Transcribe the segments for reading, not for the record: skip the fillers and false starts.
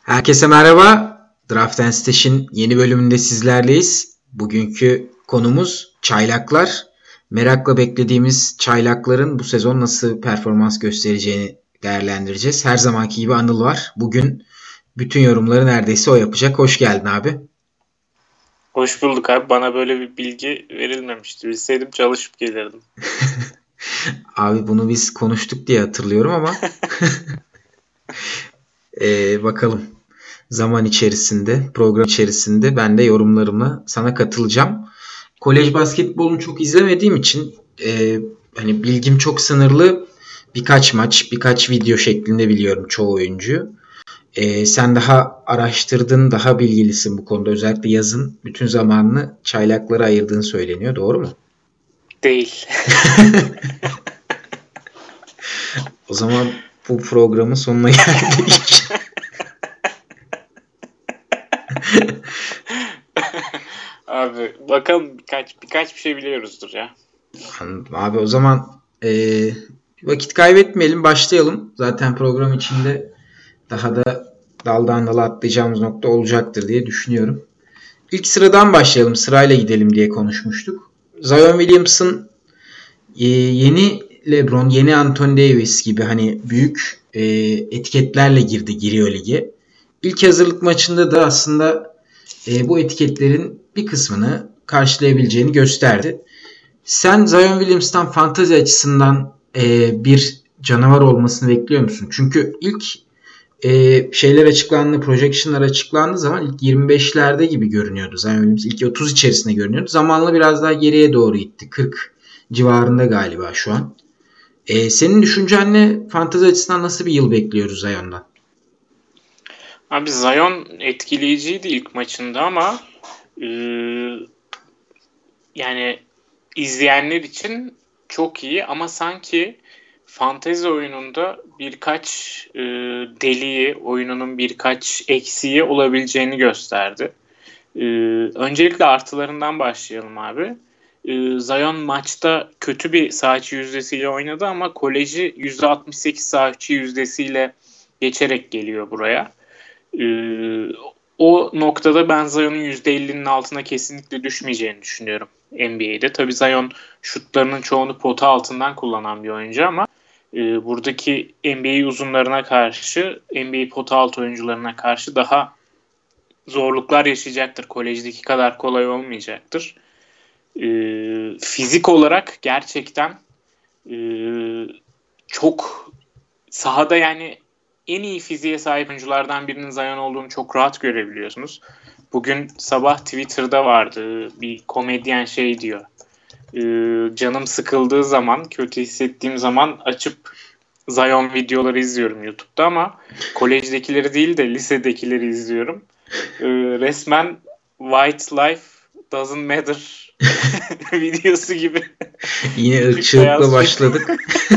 Herkese merhaba. Draft and Stash'in yeni bölümünde sizlerleyiz. Bugünkü konumuz çaylaklar. Merakla beklediğimiz çaylakların bu sezon nasıl performans göstereceğini değerlendireceğiz. Her zamanki gibi Anıl var. Bugün bütün yorumları neredeyse o yapacak. Hoş geldin abi. Hoş bulduk abi. Bana böyle bir bilgi verilmemişti. Bilseydim çalışıp gelirdim. Abi bunu biz konuştuk diye hatırlıyorum ama bakalım. Zaman içerisinde, program içerisinde ben de yorumlarımla sana katılacağım. Kolej basketbolunu çok izlemediğim için hani bilgim çok sınırlı. Birkaç maç, birkaç video şeklinde biliyorum çoğu oyuncuyu. Sen daha araştırdın, daha bilgilisin bu konuda. Özellikle yazın bütün zamanını çaylaklara ayırdığın söyleniyor. Doğru mu? Değil. O zaman bu programın sonuna geldik. Abi bakalım birkaç bir şey biliyoruzdur ya. Abi o zaman vakit kaybetmeyelim, başlayalım. Zaten program içinde daha da daldan dala atlayacağımız nokta olacaktır diye düşünüyorum. İlk sıradan başlayalım, sırayla gidelim diye konuşmuştuk. Zion Williamson yeni LeBron, yeni Anthony Davis gibi hani büyük etiketlerle giriyor lige. İlk hazırlık maçında da aslında bu etiketlerin bir kısmını karşılayabileceğini gösterdi. Sen Zion Williams'tan fantazi açısından bir canavar olmasını bekliyor musun? Çünkü ilk şeyler açıklandı, projection'lar açıklandığı zaman ilk 25'lerde gibi görünüyordu. Zion Williams ilk 30 içerisinde görünüyordu. Zamanla biraz daha geriye doğru gitti. 40 civarında galiba şu an. Senin düşüncen ne? Fantazi açısından nasıl bir yıl bekliyoruz Zion'dan? Abi Zion etkileyiciydi ilk maçında ama yani izleyenler için çok iyi ama sanki fantezi oyununda birkaç deliği, oyununun birkaç eksiği olabileceğini gösterdi. Öncelikle artılarından başlayalım abi. Zion maçta kötü bir sağ içi yüzdesiyle oynadı ama koleji %68 sağ içi yüzdesiyle geçerek geliyor buraya. O noktada ben Zion'un %50'nin altına kesinlikle düşmeyeceğini düşünüyorum NBA'de. Tabii Zion şutlarının çoğunu pota altından kullanan bir oyuncu ama buradaki NBA uzunlarına karşı, NBA pota altı oyuncularına karşı daha zorluklar yaşayacaktır. Kolejdeki kadar kolay olmayacaktır. Fizik olarak gerçekten çok sahada yani en iyi fiziğe sahip oyunculardan birinin Zion olduğunu çok rahat görebiliyorsunuz. Bugün sabah Twitter'da vardı bir komedyen şey diyor. Canım sıkıldığı zaman, kötü hissettiğim zaman açıp Zion videoları izliyorum YouTube'da ama kolejdekileri değil de lisedekileri izliyorum. Resmen White Life Doesn't Matter videosu gibi. Yine ırkçılıkla başladık.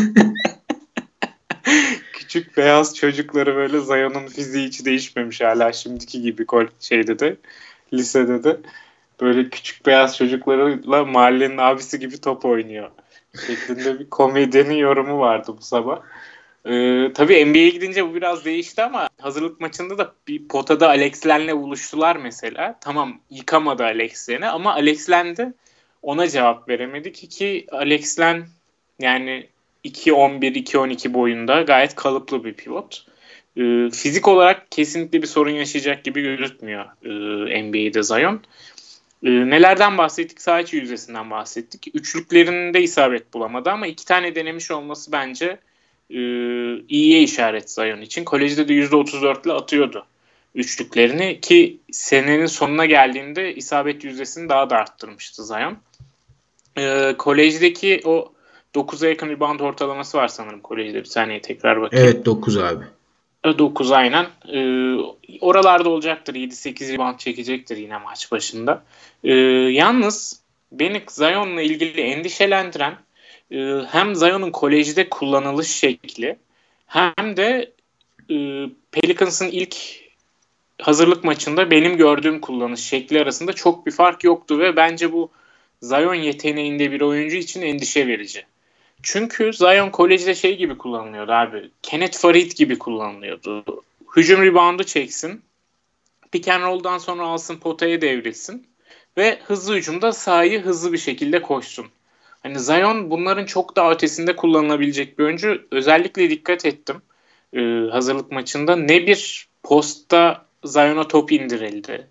Küçük beyaz çocukları böyle Zion'un fiziği hiç değişmemiş hala şimdiki gibi lisede de böyle küçük beyaz çocuklarıyla mahallenin abisi gibi top oynuyor şeklinde bir komedyenin yorumu vardı bu sabah. Tabii NBA'ye gidince bu biraz değişti ama hazırlık maçında da bir potada Alex Len'le buluştular mesela. Tamam yıkamadı Alex Len'i ama Alex Len de ona cevap veremedi ki Alex Len yani 2.11 2.12 boyunda gayet kalıplı bir pivot. Fizik olarak kesinlikle bir sorun yaşayacak gibi gözükmüyor NBA'de Zion. Nelerden bahsettik? Sağ içi yüzdesinden bahsettik. Üçlüklerinde isabet bulamadı ama 2 tane denemiş olması bence iyiye işaret Zion için. Kolejde de %34 ile atıyordu üçlüklerini ki senenin sonuna geldiğinde isabet yüzdesini daha da arttırmıştı Zion. Kolejdeki o 9'a yakın rebound ortalaması var sanırım kolejde. Bir saniye tekrar bakayım. Evet 9 abi. 9 aynen. Oralarda olacaktır. 7-8 rebound çekecektir yine maç başında. Yalnız beni Zion'la ilgili endişelendiren hem Zion'un kolejde kullanılış şekli hem de Pelicans'ın ilk hazırlık maçında benim gördüğüm kullanış şekli arasında çok bir fark yoktu ve bence bu Zion yeteneğinde bir oyuncu için endişe verici. Çünkü Zion kolejde şey gibi kullanılıyordu abi. Kenneth Farid gibi kullanılıyordu. hücum reboundu çeksin. Pick and roll'dan sonra alsın, potaya devrilsin. Ve hızlı hücumda sahayı hızlı bir şekilde koşsun. Hani Zion bunların çok daha ötesinde kullanılabilecek bir oyuncu. Özellikle dikkat ettim hazırlık maçında. Ne bir postta Zion'a top indirildi.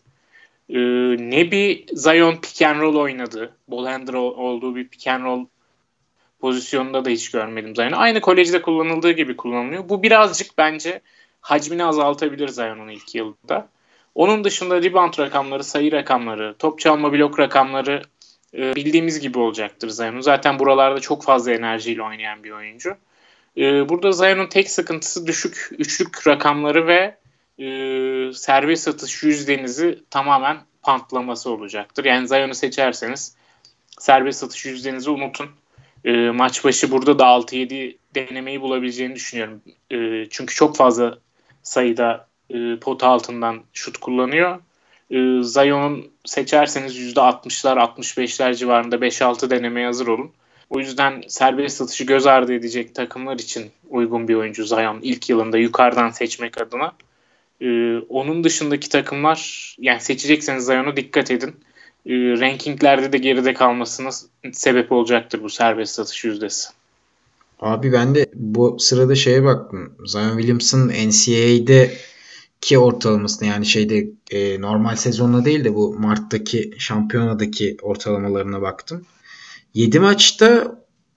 Ne bir Zion pick and roll oynadı. Ball handler olduğu bir pick and roll pozisyonunda da hiç görmedim Zion'u. Aynı kolejde kullanıldığı gibi kullanılıyor. Bu birazcık bence hacmini azaltabilir Zion'un ilk yılda. Onun dışında rebound rakamları, sayı rakamları, top çalma, blok rakamları bildiğimiz gibi olacaktır Zion'un. Zaten buralarda çok fazla enerjiyle oynayan bir oyuncu. Burada Zion'un tek sıkıntısı düşük üçlük rakamları ve serbest atış yüzdenizi tamamen pantlaması olacaktır. Yani Zion'u seçerseniz serbest atış yüzdenizi unutun. Maç başı burada da 6-7 denemeyi bulabileceğini düşünüyorum. Çünkü çok fazla sayıda pota altından şut kullanıyor. Zion'un seçerseniz %60'lar 65'ler civarında 5-6 denemeye hazır olun. O yüzden serbest atışı göz ardı edecek takımlar için uygun bir oyuncu Zion ilk yılında yukarıdan seçmek adına. Onun dışındaki takımlar, yani seçecekseniz Zion'u dikkat edin. Rankinglerde de geride kalmasına sebep olacaktır bu serbest atış yüzdesi. Abi ben de bu sırada şeye baktım. Zion Williamson'ın NCAA'deki ortalamasına, yani normal sezonla değil de bu Mart'taki şampiyonadaki ortalamalarına baktım. 7 maçta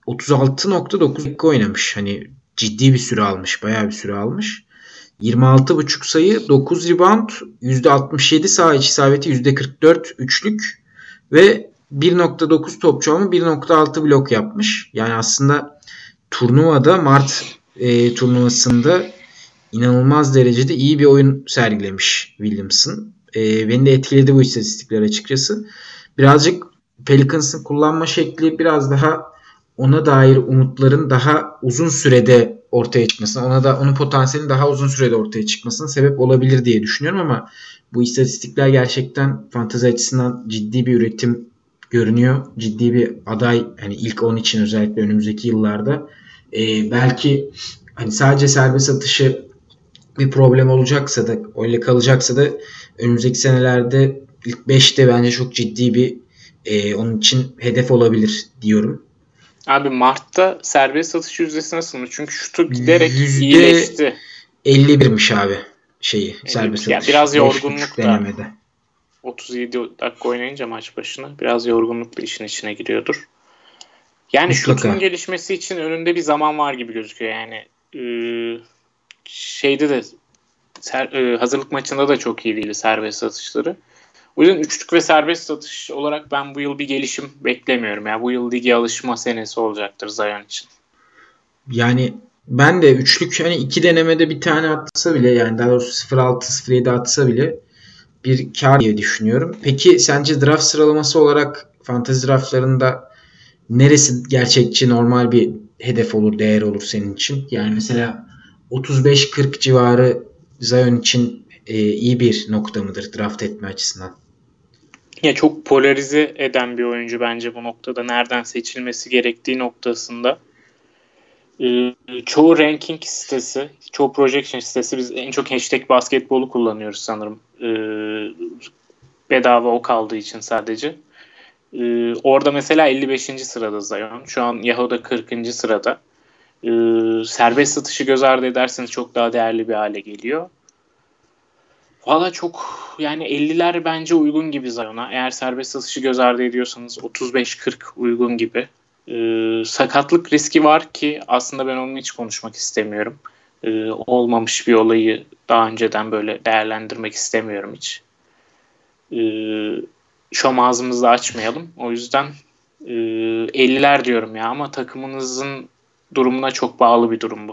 36.9 dakika oynamış. Hani ciddi bir süre almış. Bayağı bir süre almış. 26.5 sayı, 9 rebound, %67 saha içi isabeti, %44 üçlük ve 1.9 top çalma, 1.6 blok yapmış. Yani aslında turnuvada Mart turnuvasında inanılmaz derecede iyi bir oyun sergilemiş Williamson. Beni de etkiledi bu istatistikler açıkçası. Birazcık Pelicans'ın kullanma şekli biraz daha ona dair umutların daha uzun sürede ortaya çıkmasına, onun potansiyelinin daha uzun sürede ortaya çıkmasına sebep olabilir diye düşünüyorum ama bu istatistikler gerçekten fantezi açısından ciddi bir üretim görünüyor. Ciddi bir aday, hani ilk 10 için özellikle önümüzdeki yıllarda. Belki hani sadece serbest atışı bir problem olacaksa da, öyle kalacaksa da önümüzdeki senelerde ilk 5'te bence çok ciddi bir onun için hedef olabilir diyorum. Abi Mart'ta serbest atış yüzdesi nasılmış? Çünkü şutu giderek iyileşti. %51'miş abi serbest yani atış. Biraz yorgunluk da. Denemede. 37 dakika oynayınca maç başına biraz yorgunluk da işin içine giriyordur. Yani mutlaka. Şutun gelişmesi için önünde bir zaman var gibi gözüküyor. Yani şeyde de hazırlık maçında da çok iyi değildi serbest atışları. O yüzden üçlük ve serbest atış olarak ben bu yıl bir gelişim beklemiyorum. Yani bu yıl lige alışma senesi olacaktır Zion için. Yani ben de üçlük, hani iki denemede bir tane atsa bile, yani daha doğrusu 0.6 0.7 atsa bile bir kar diye düşünüyorum. Peki sence draft sıralaması olarak fantezi draftlarında neresi gerçekçi, normal bir hedef olur, değer olur senin için? Yani mesela 35-40 civarı Zion için iyi bir nokta mıdır draft etme açısından? Ya çok polarize eden bir oyuncu bence bu noktada. Nereden seçilmesi gerektiği noktasında. Çoğu ranking sitesi, çoğu projection sitesi, biz en çok hashtag basketbolu kullanıyoruz sanırım. Bedava o kaldığı için sadece. Orada mesela 55. sırada Zion. Şu an Yahoo'da 40. sırada. Serbest atışı göz ardı ederseniz çok daha değerli bir hale geliyor. Valla çok, yani 50'ler bence uygun gibi Zion'a. Eğer serbest atışı göz ardı ediyorsanız 35-40 uygun gibi. Sakatlık riski var ki aslında ben onu hiç konuşmak istemiyorum. Olmamış bir olayı daha önceden böyle değerlendirmek istemiyorum hiç. Şom ağzımızı açmayalım. O yüzden 50'ler diyorum ya, ama takımınızın durumuna çok bağlı bir durum bu.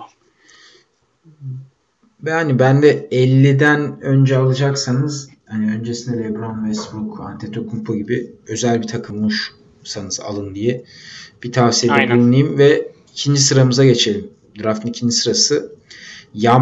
Yani ben de 50'den önce alacaksanız, hani öncesinde LeBron, Westbrook, Antetokounmpo gibi özel bir takımmışsanız alın diye bir tavsiyede bulunayım ve ikinci sıramıza geçelim. Draft'ın ikinci sırası Ja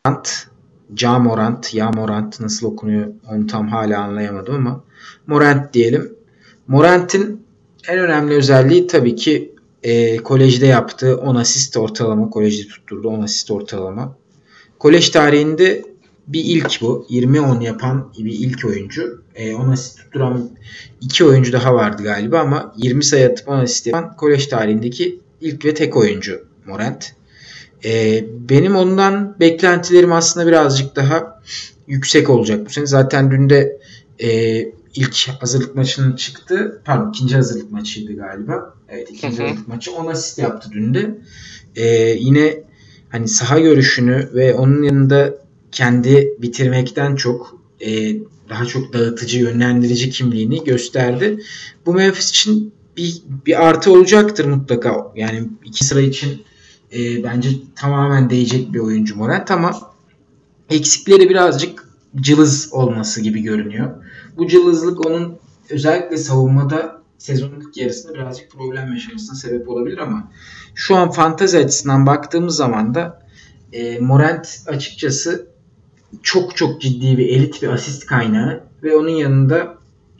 Morant nasıl okunuyor onu tam hala anlayamadım ama Morant diyelim. Morant'in en önemli özelliği tabii ki kolejde yaptığı 10 asist ortalama. Kolejde tutturduğu 10 asist ortalama. Kolej tarihinde bir ilk bu. 20-10 yapan bir ilk oyuncu. 10 asist tutturan 2 oyuncu daha vardı galiba ama 20 sayı atıp 10 asist yapan kolej tarihindeki ilk ve tek oyuncu Morant. Benim ondan beklentilerim aslında birazcık daha yüksek olacak bu sene. Zaten dün de ilk hazırlık maçının çıktı. Pardon, ikinci hazırlık maçıydı galiba. Evet, ikinci hazırlık maçı. 10 asist yaptı dün de. Yine hani saha görüşünü ve onun yanında kendi bitirmekten çok daha çok dağıtıcı, yönlendirici kimliğini gösterdi. Bu Memphis için bir artı olacaktır mutlaka. Yani iki sıra için bence tamamen değecek bir oyuncu Morant ama eksikleri birazcık cılız olması gibi görünüyor. Bu cılızlık onun özellikle savunmada sezonun ilk yarısında birazcık problem yaşamasına sebep olabilir ama şu an fantezi açısından baktığımız zaman da Morant açıkçası çok çok ciddi bir elit bir asist kaynağı ve onun yanında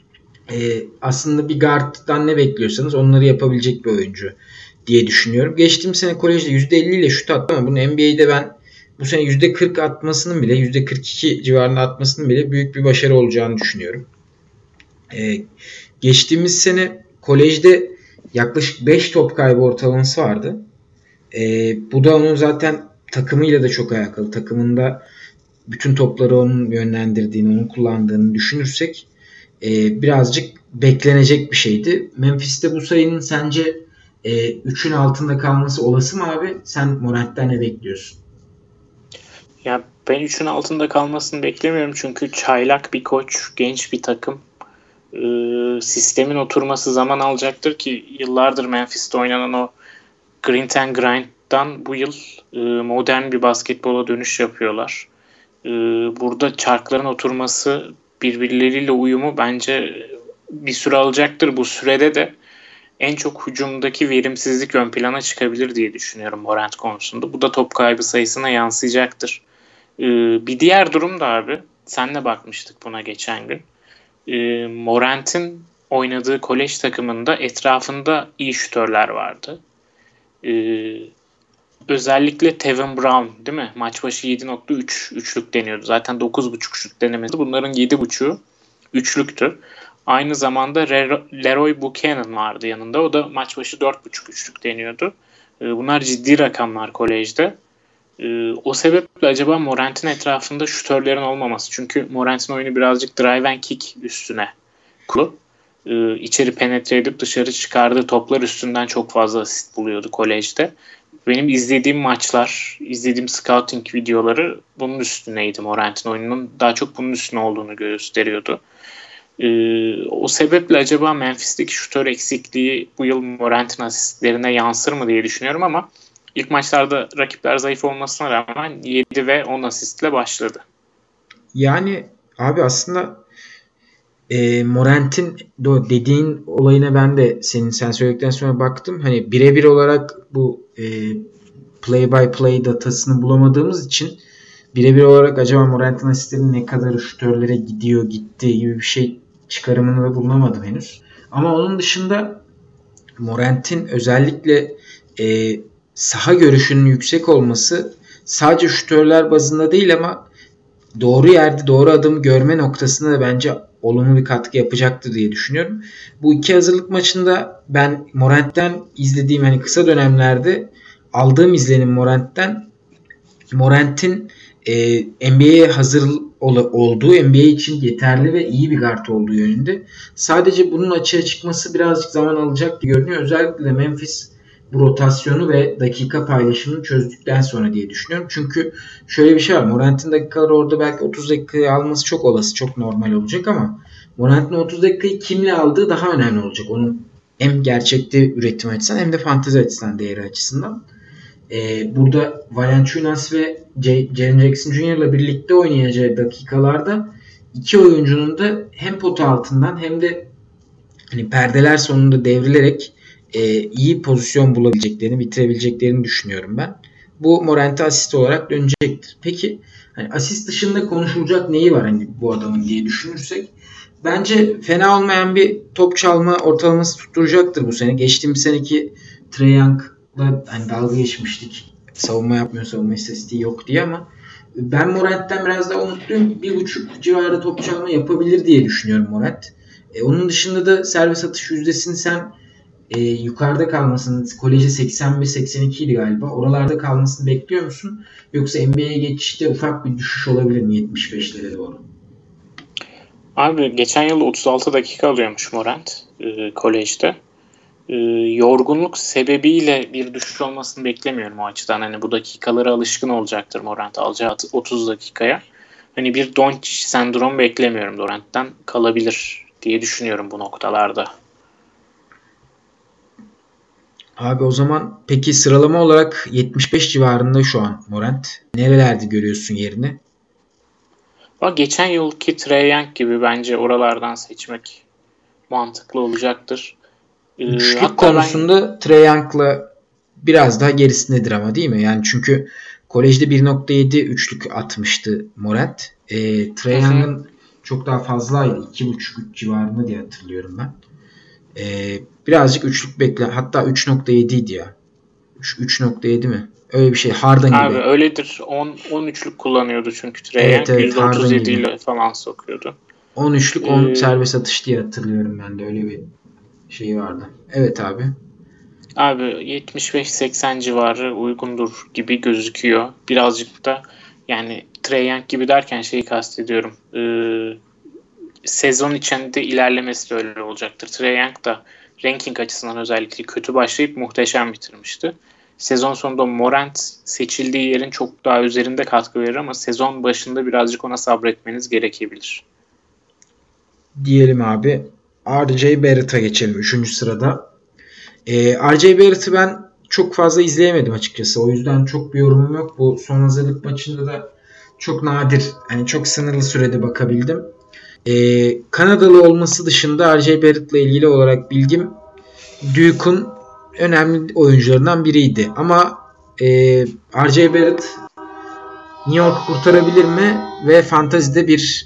aslında bir guard'dan ne bekliyorsanız onları yapabilecek bir oyuncu diye düşünüyorum. Geçtiğim sene kolejde %50 ile şut attı ama bunu NBA'de ben bu sene %40 atmasının bile %42 civarında atmasının bile büyük bir başarı olacağını düşünüyorum. Geçtiğimiz sene kolejde yaklaşık 5 top kaybı ortalaması vardı. Bu da onun zaten takımıyla da çok alakalı. Takımında bütün topları onun yönlendirdiğini, onun kullandığını düşünürsek birazcık beklenecek bir şeydi. Memphis'te bu sayının sence 3'ün altında kalması olası mı abi? Sen Morant'ten ne bekliyorsun? Ya ben 3'ün altında kalmasını beklemiyorum çünkü çaylak bir koç, genç bir takım. Sistemin oturması zaman alacaktır ki yıllardır Memphis'te oynanan o Grit and Grind'dan bu yıl modern bir basketbola dönüş yapıyorlar. Burada çarkların oturması, birbirleriyle uyumu bence bir süre alacaktır. Bu sürede de en çok hücumdaki verimsizlik ön plana çıkabilir diye düşünüyorum Morant konusunda. Bu da top kaybı sayısına yansıyacaktır. Bir diğer durum da abi, senle bakmıştık buna geçen gün. Morant'in oynadığı kolej takımında etrafında iyi şütörler vardı. Özellikle Tevin Brown değil mi? Maç başı 7.3 üçlük deniyordu. Zaten 9.5 şut denemesi. Bunların 7.5'u üçlüktü. Aynı zamanda Leroy Buchanan vardı yanında. O da maç başı 4.5 üçlük deniyordu. Bunlar ciddi rakamlar kolejde. O sebeple acaba Morant'in etrafında şütörlerin olmaması. Çünkü Morant'in oyunu birazcık drive and kick üstüne kurulu. İçeri penetre edip dışarı çıkardığı toplar üstünden çok fazla asist buluyordu kolejde. Benim izlediğim maçlar, izlediğim scouting videoları bunun üstüneydi. Morant'in oyununun daha çok bunun üstüne olduğunu gösteriyordu. O sebeple acaba Memphis'teki şutör eksikliği bu yıl Morant'in asistlerine yansır mı diye düşünüyorum ama ilk maçlarda rakipler zayıf olmasına rağmen 7 ve 10 asistle başladı. Yani abi aslında Morant'in dediğin olayına ben de sen söyledikten sonra baktım. Hani birebir olarak bu play by play datasını bulamadığımız için birebir olarak acaba Morant'in asistleri ne kadar şütörlere gitti gibi bir şey çıkarımını da bulunamadım henüz. Ama onun dışında Morant'in özellikle saha görüşünün yüksek olması sadece şütörler bazında değil ama doğru yerde doğru adım görme noktasında da bence olumlu bir katkı yapacaktır diye düşünüyorum. Bu iki hazırlık maçında ben Morant'ten izlediğim hani kısa dönemlerde aldığım izlenim Morant'in NBA'ye hazır olduğu, NBA için yeterli ve iyi bir guard olduğu yönünde. Sadece bunun açığa çıkması birazcık zaman alacak gibi görünüyor. Özellikle de Memphis bu rotasyonu ve dakika paylaşımını çözdükten sonra diye düşünüyorum. Çünkü şöyle bir şey var. Morant'in dakikaları orada belki 30 dakikayı alması çok olası, çok normal olacak ama Morant'in 30 dakikayı kimle aldığı daha önemli olacak. Onun hem gerçekte üretim açısından hem de fantezi açısından, değeri açısından. Burada Valanciunas ve Jaren Jackson Jr. ile birlikte oynayacağı dakikalarda iki oyuncunun da hem pota altından hem de hani perdeler sonunda devrilerek iyi pozisyon bulabileceklerini, bitirebileceklerini düşünüyorum ben. Bu Morant'e asist olarak dönecektir. Peki hani asist dışında konuşulacak neyi var hani bu adamın diye düşünürsek bence fena olmayan bir top çalma ortalaması tutturacaktır bu sene. Geçtiğimiz seneki Trae Young'la hani dalga geçmiştik. Savunma yapmıyor, savunma istatistiği yok diye ama Ben Morant'ten biraz daha umutluyum. 1.5 civarı top çalma yapabilir diye düşünüyorum Morant. Onun dışında da serbest atış yüzdesini sen yukarıda kalmasını, kolejde 81-82 idi galiba. Oralarda kalmasını bekliyor musun? Yoksa NBA'ye geçişte ufak bir düşüş olabilir mi 75'lere doğru? Abi geçen yıl 36 dakika alıyormuş Morant kolejde. Yorgunluk sebebiyle bir düşüş olmasını beklemiyorum o açıdan. Hani bu dakikalara alışkın olacaktır Morant alacağı 30 dakikaya. Hani bir Doncic sendromu beklemiyorum Durant'ten. Kalabilir diye düşünüyorum bu noktalarda. Abi o zaman peki sıralama olarak 75 civarında şu an Morant. Nerelerde görüyorsun yerini? Ama geçen yılki Trae Young gibi bence oralardan seçmek mantıklı olacaktır. Üçlük Hatta ben konusunda Trae Young'la biraz daha gerisindedir ama değil mi? Yani çünkü kolejde 1.7 üçlük atmıştı Morant. Trae hı hı, Young'ın çok daha fazlaydı. 2.5-3 civarında diye hatırlıyorum ben. Birazcık üçlük bekle. Hatta 3.7 idi ya. 3.7 mi? Öyle bir şey. Harden abi gibi. öyledir. 13'lük kullanıyordu çünkü Trae Evet Young evet Harden %37 gibi. ile falan sokuyordu. 10 üçlük 10 Ee, serbest atış diye hatırlıyorum ben de. Öyle bir şey vardı. Evet abi. Abi 75-80 civarı uygundur gibi gözüküyor. Birazcık da yani Trae Young gibi derken şeyi kastediyorum. Sezon içinde ilerlemesi de öyle olacaktır. Trae Young da ranking açısından özellikle kötü başlayıp muhteşem bitirmişti. Sezon sonunda Morant seçildiği yerin çok daha üzerinde katkı verir ama sezon başında birazcık ona sabretmeniz gerekebilir. Diyelim abi. R.J. Barrett'a geçelim 3. sırada. R.J. Barrett'ı ben çok fazla izleyemedim açıkçası. O yüzden çok bir yorumum yok. Bu son hazırlık maçında da çok nadir, yani çok sınırlı sürede bakabildim. Kanadalı olması dışında R.J. Barrett'la ilgili olarak bilgim Duke'un önemli oyuncularından biriydi. Ama R.J. Barrett New York kurtarabilir mi? Ve fantazide bir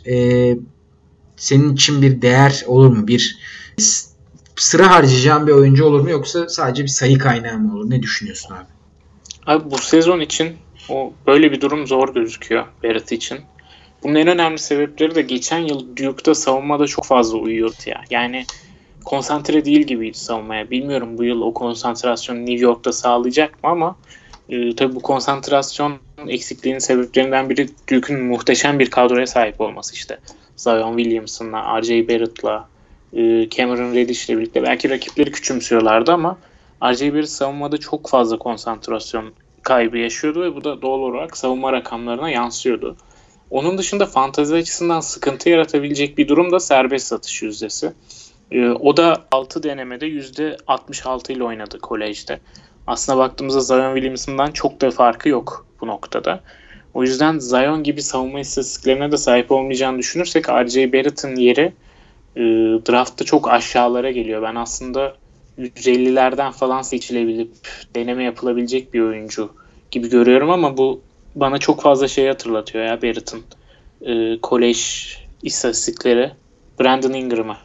senin için bir değer olur mu? Bir sıra harcayacağın bir oyuncu olur mu? Yoksa sadece bir sayı kaynağı mı olur? Ne düşünüyorsun abi? Abi bu sezon için o böyle bir durum zor gözüküyor Barrett için. Bunun en önemli sebepleri de geçen yıl Duke'da savunmada çok fazla uyuyordu ya. Yani konsantre değil gibiydi savunmaya. Bilmiyorum bu yıl o konsantrasyonu New York'ta sağlayacak mı ama tabii bu konsantrasyon eksikliğinin sebeplerinden biri Duke'un muhteşem bir kadroya sahip olması işte. Zion Williamson'la, R.J. Barrett'la, Cameron Reddish'le birlikte belki rakipleri küçümsüyorlardı ama R.J. Barrett savunmada çok fazla konsantrasyon kaybı yaşıyordu ve bu da doğal olarak savunma rakamlarına yansıyordu. Onun dışında fantezi açısından sıkıntı yaratabilecek bir durum da serbest atış yüzdesi. O da 6 denemede %66 ile oynadı kolejde. Aslına baktığımızda Zion Williamson'dan çok da farkı yok bu noktada. O yüzden Zion gibi savunma istatistiklerine de sahip olmayacağını düşünürsek R.J. Barrett'ın yeri draftta çok aşağılara geliyor. Ben aslında 150'lerden falan seçilebilip deneme yapılabilecek bir oyuncu gibi görüyorum ama bu bana çok fazla şey hatırlatıyor ya Barrett'ın kolej istatistikleri. Brandon Ingram'ı.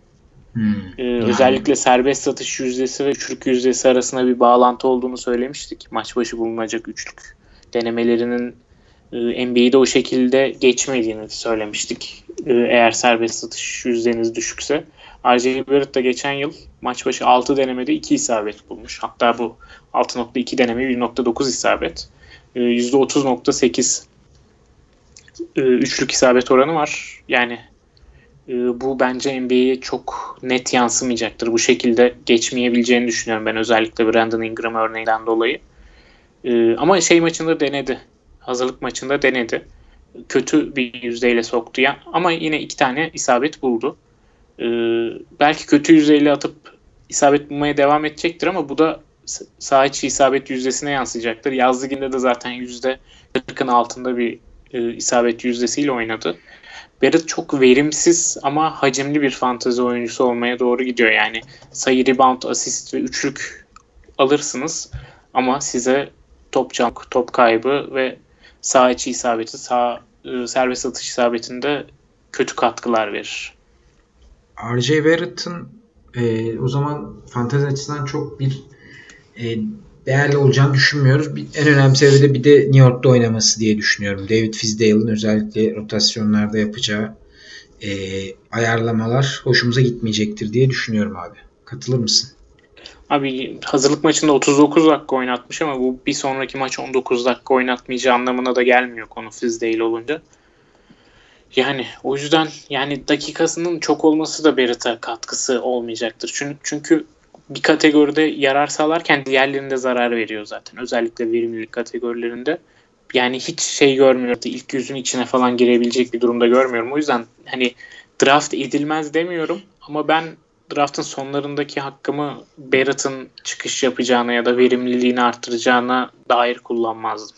Yani Özellikle serbest atış yüzdesi ve üçlük yüzdesi arasında bir bağlantı olduğunu söylemiştik. Maç başı bulunacak üçlük denemelerinin NBA'de o şekilde geçmediğini söylemiştik. Eğer serbest atış yüzdeniz düşükse. R.J. Barrett da geçen yıl maç başı 6 denemede 2 isabet bulmuş. Hatta bu 6.2 deneme 1.9 isabet. %30.8 üçlük isabet oranı var. Yani bu bence NBA'ye çok net yansımayacaktır. Bu şekilde geçmeyebileceğini düşünüyorum ben özellikle Brandon Ingram örneğinden dolayı. Ama şey maçında denedi. Hazırlık maçında denedi. Kötü bir yüzdeyle soktu ya. Ama yine 2 tane isabet buldu. Belki kötü yüzdeyle atıp isabet bulmaya devam edecektir ama bu da saha içi isabet yüzdesine yansıyacaktır. Yaz liginde de zaten %40'ın altında bir isabet yüzdesiyle oynadı. Barrett çok verimsiz ama hacimli bir fantezi oyuncusu olmaya doğru gidiyor. Yani sayı, rebound, asist ve üçlük alırsınız ama size top çalmak, top kaybı ve saha içi isabeti, serbest atış isabetinde kötü katkılar verir. R.J. Barrett'ın o zaman fantezi açısından çok bir değerli olacağını düşünmüyoruz. En önemli sebebi de bir de New York'ta oynaması diye düşünüyorum. David Fizdale'ın özellikle rotasyonlarda yapacağı ayarlamalar hoşumuza gitmeyecektir diye düşünüyorum abi. Katılır mısın? Abi hazırlık maçında 39 dakika oynatmış ama bu bir sonraki maç 19 dakika oynatmayacağı anlamına da gelmiyor konu Fizdale olunca. Yani o yüzden yani dakikasının çok olması da Barrett'a katkısı olmayacaktır. Çünkü bir kategoride yarar sağlarken diğerlerinde zarar veriyor zaten. Özellikle verimlilik kategorilerinde. Yani hiç şey görmüyorum. İlk yüzün içine falan girebilecek bir durumda görmüyorum. O yüzden hani draft edilmez demiyorum ama ben draftın sonlarındaki hakkımı Barrett'ın çıkış yapacağına ya da verimliliğini arttıracağına dair kullanmazdım.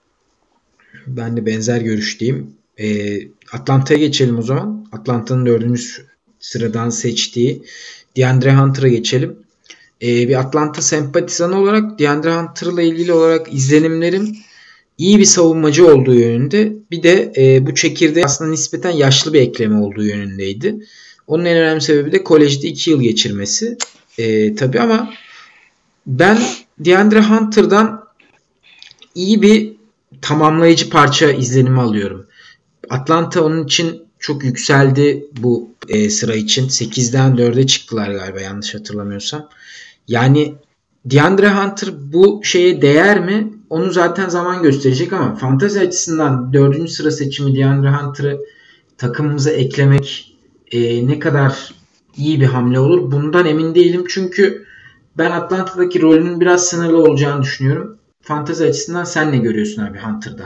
Ben de benzer görüşteyim. Atlanta'ya geçelim o zaman. Atlanta'nın 4. sıradan seçtiği DeAndre Hunter'a geçelim. Bir Atlanta sempatizanı olarak DeAndre Hunter'la ilgili olarak izlenimlerim iyi bir savunmacı olduğu yönünde. Bir de bu çekirdeğe aslında nispeten yaşlı bir ekleme olduğu yönündeydi. Onun en önemli sebebi de kolejde 2 yıl geçirmesi. Tabii ama ben DeAndre Hunter'dan iyi bir tamamlayıcı parça izlenimi alıyorum. Atlanta onun için çok yükseldi bu sıra için. 8'den 4'e çıktılar galiba yanlış hatırlamıyorsam. Yani DeAndre Hunter bu şeye değer mi? Onu zaten zaman gösterecek ama fantazi açısından 4. sıra seçimi DeAndre Hunter'ı takımımıza eklemek ne kadar iyi bir hamle olur? Bundan emin değilim. Çünkü ben Atlanta'daki rolünün biraz sınırlı olacağını düşünüyorum. Fantazi açısından sen ne görüyorsun abi Hunter'da?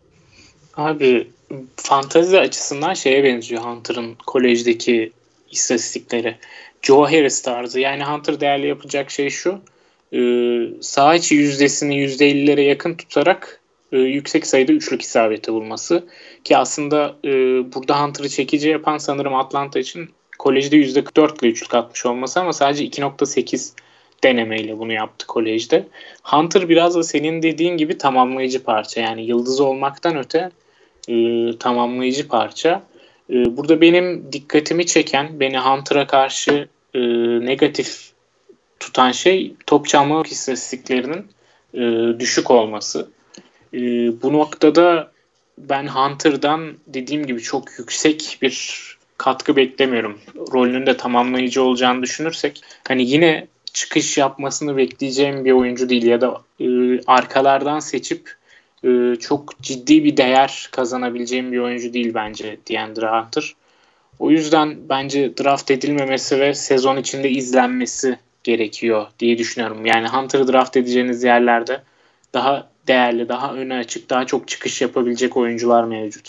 Abi fantazi açısından şeye benziyor Hunter'ın kolejdeki istatistikleri. Joe Harris tarzı. Yani Hunter değerli yapacak şey şu. Saha içi yüzdesini %50'lere yakın tutarak yüksek sayıda üçlük isabeti bulması. Ki aslında burada Hunter'ı çekici yapan sanırım Atlanta için kolejde %44 ile üçlük atmış olması ama sadece 2.8 denemeyle bunu yaptı kolejde. Hunter biraz da senin dediğin gibi tamamlayıcı parça. Yani yıldız olmaktan öte tamamlayıcı parça. Burada benim dikkatimi çeken, beni Hunter'a karşı negatif tutan şey top çalma istatistiklerinin düşük olması. Bu noktada ben Hunter'dan dediğim gibi çok yüksek bir katkı beklemiyorum. Rolünün de tamamlayıcı olacağını düşünürsek hani yine çıkış yapmasını bekleyeceğim bir oyuncu değil ya da arkalardan seçip çok ciddi bir değer kazanabileceğim bir oyuncu değil bence DeAndre Hunter. O yüzden bence draft edilmemesi ve sezon içinde izlenmesi gerekiyor diye düşünüyorum. Yani Hunter'ı draft edeceğiniz yerlerde daha değerli, daha öne açık, daha çok çıkış yapabilecek oyuncular mevcut.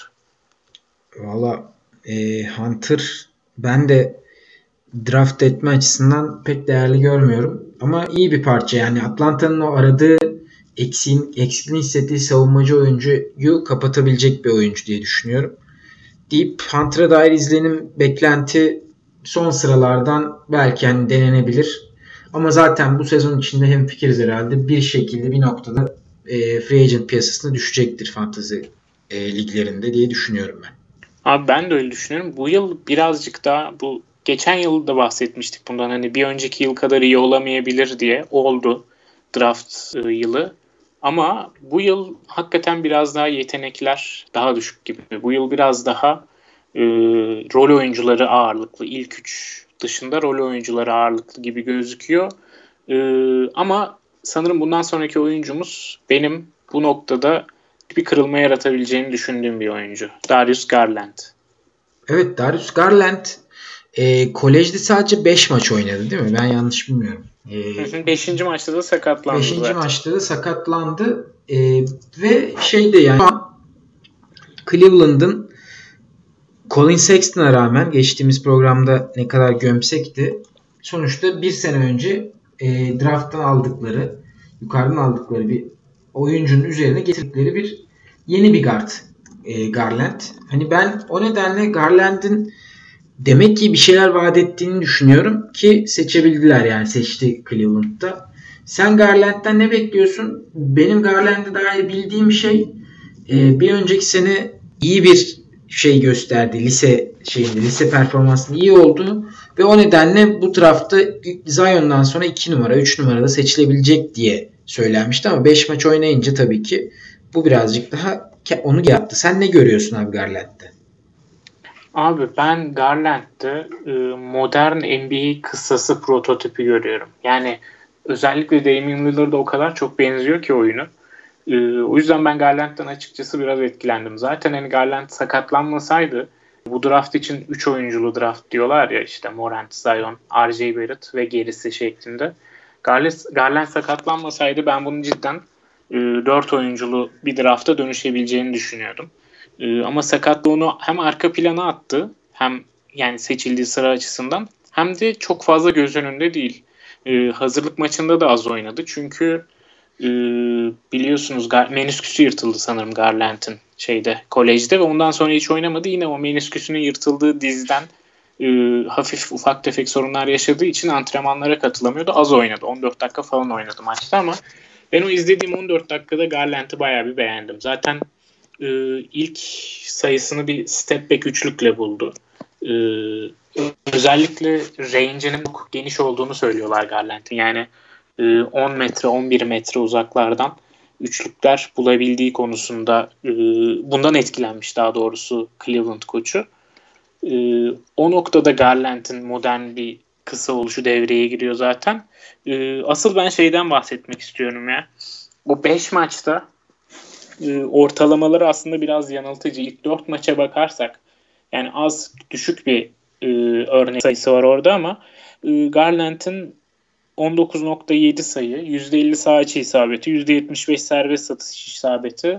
Valla Hunter ben de draft etme açısından pek değerli görmüyorum. Ama iyi bir parça yani Atlanta'nın o aradığı eksikliğini hissettiği savunmacı oyuncuyu kapatabilecek bir oyuncu diye düşünüyorum. Deyip Hunter'a dair izlenim beklenti son sıralardan belki hani denenebilir. Ama zaten bu sezon içinde hemfikiriz herhalde. Bir şekilde bir noktada free agent piyasasına düşecektir fantasy liglerinde diye düşünüyorum ben. Abi ben de öyle düşünüyorum. Bu yıl birazcık daha bu geçen yıl da bahsetmiştik bundan hani bir önceki yıl kadar iyi olamayabilir diye oldu draft yılı. Ama bu yıl hakikaten biraz daha yetenekler daha düşük gibi. Bu yıl biraz daha rol oyuncuları ağırlıklı. İlk 3 dışında rol oyuncuları ağırlıklı gibi gözüküyor. Ama sanırım bundan sonraki oyuncumuz benim bu noktada bir kırılma yaratabileceğini düşündüğüm bir oyuncu. Darius Garland. Evet, Darius Garland kolejde sadece 5 maç oynadı değil mi? Ben yanlış bilmiyorum. 5. maçta da sakatlandı. 5. maçta da sakatlandı. Ve şeyde yani Cleveland'ın Colin Sexton'a rağmen geçtiğimiz programda ne kadar gömsek de sonuçta bir sene önce draft'tan aldıkları, yukarıdan aldıkları bir oyuncunun üzerine getirdikleri bir yeni bir guard Garland. Hani ben o nedenle Garland'ın demek ki bir şeyler vaat ettiğini düşünüyorum ki seçebildiler yani seçti Cleveland'da. Sen Garland'dan ne bekliyorsun? Benim Garland'a dair bildiğim şey bir önceki sene iyi bir şey gösterdi. Lise performansının iyi oldu ve o nedenle bu draftta Zion'dan sonra 2 numara, 3 numarada seçilebilecek diye söylenmişti ama 5 maç oynayınca tabii ki bu birazcık daha onu yaptı. Sen ne görüyorsun abi Garland'de? Abi ben Garland'de modern NBA kıssası prototipi görüyorum. Yani özellikle Damian Lillard'a o kadar çok benziyor ki oyunu. O yüzden ben Garland'dan açıkçası biraz etkilendim. Zaten hani Garland sakatlanmasaydı bu draft için 3 oyunculu draft diyorlar ya, işte Morant, Zion, RJ Barrett ve gerisi şeklinde. Garland sakatlanmasaydı ben bunu cidden 4 oyunculu bir drafta dönüşebileceğini düşünüyordum. Ama sakatlığı onu hem arka plana attı, hem yani seçildiği sıra açısından, hem de çok fazla göz önünde değil. Hazırlık maçında da az oynadı. Çünkü biliyorsunuz menisküsü yırtıldı sanırım Garland'ın kolejde ve ondan sonra hiç oynamadı. Yine o menisküsünün yırtıldığı dizden hafif ufak tefek sorunlar yaşadığı için antrenmanlara katılamıyordu. Az oynadı. 14 dakika falan oynadı maçta ama ben o izlediğim 14 dakikada Garland'ı bayağı bir beğendim. Zaten ilk sayısını bir step back üçlükle buldu. Özellikle range'inin çok geniş olduğunu söylüyorlar Garland'ın. Yani 10 metre 11 metre uzaklardan üçlükler bulabildiği konusunda bundan etkilenmiş daha doğrusu Cleveland koçu. O noktada Garland'ın modern bir kısa oluşu devreye giriyor zaten. Asıl ben şeyden bahsetmek istiyorum ya. O 5 maçta ortalamaları aslında biraz yanıltıcı. İlk 4 maça bakarsak yani az düşük bir örnek sayısı var orada ama Garland'ın 19.7 sayı, %50 sağ içi isabeti, %75 serbest atış isabeti,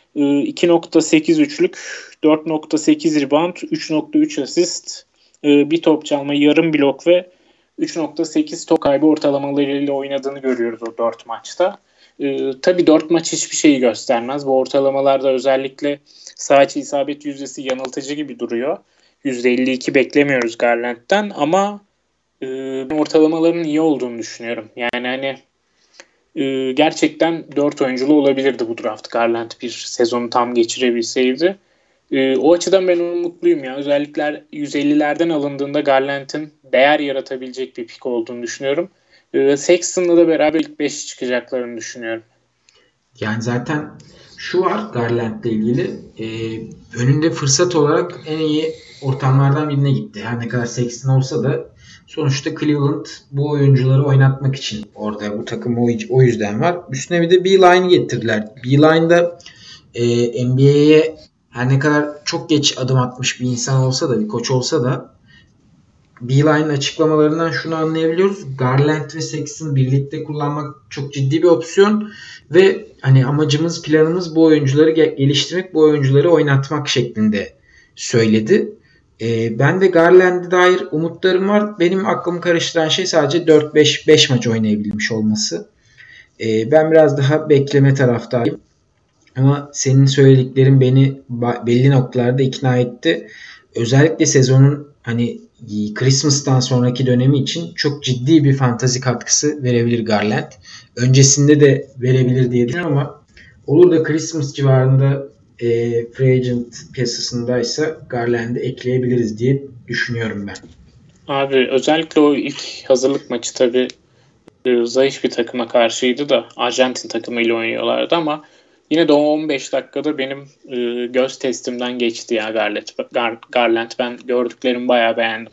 2.8 üçlük, 4.8 rebound, 3.3 asist, bir top çalma, yarım blok ve 3.8 top kaybı ortalamalarıyla oynadığını görüyoruz o 4 maçta. Tabii 4 maç hiçbir şeyi göstermez. Bu ortalamalarda özellikle sağ içi isabet yüzdesi yanıltıcı gibi duruyor. %52 beklemiyoruz Garland'den ama ortalamaların iyi olduğunu düşünüyorum. Yani hani gerçekten 4 oyunculu olabilirdi bu draft. Garland bir sezonu tam geçirebilseydi. O açıdan ben umutluyum ya. Özellikle 150'lerden alındığında Garland'ın değer yaratabilecek bir pick olduğunu düşünüyorum. Sexton'la da beraber ilk 5 çıkacaklarını düşünüyorum. Yani zaten şu var Garland'la ilgili. Önünde fırsat olarak en iyi ortamlardan birine gitti. Her ne kadar Sexton olsa da sonuçta Cleveland bu oyuncuları oynatmak için orada bu takım o yüzden var. Üstüne bir de Beeline'i getirdiler. Beeline'da NBA'ye her ne kadar çok geç adım atmış bir insan olsa da bir koç olsa da Beeline'ın açıklamalarından şunu anlayabiliyoruz. Garland ve Sexton birlikte kullanmak çok ciddi bir opsiyon ve hani amacımız, planımız bu oyuncuları geliştirmek, bu oyuncuları oynatmak şeklinde söyledi. Ben de Garland'e dair umutlarım var. Benim aklımı karıştıran şey sadece 4-5 maç oynayabilmiş olması. Ben biraz daha bekleme taraftayım. Ama senin söylediklerin beni belli noktalarda ikna etti. Özellikle sezonun hani Christmas'tan sonraki dönemi için çok ciddi bir fantazi katkısı verebilir Garland. Öncesinde de verebilir diye düşünüyorum ama olur da Christmas civarında free agent piyasasındaysa Garland'ı ekleyebiliriz diye düşünüyorum ben. Abi özellikle o ilk hazırlık maçı tabii zayıf bir takıma karşıydı da Arjantin takımıyla oynuyorlardı ama yine de o 15 dakikada benim göz testimden geçti ya Garland. Ben gördüklerimi bayağı beğendim.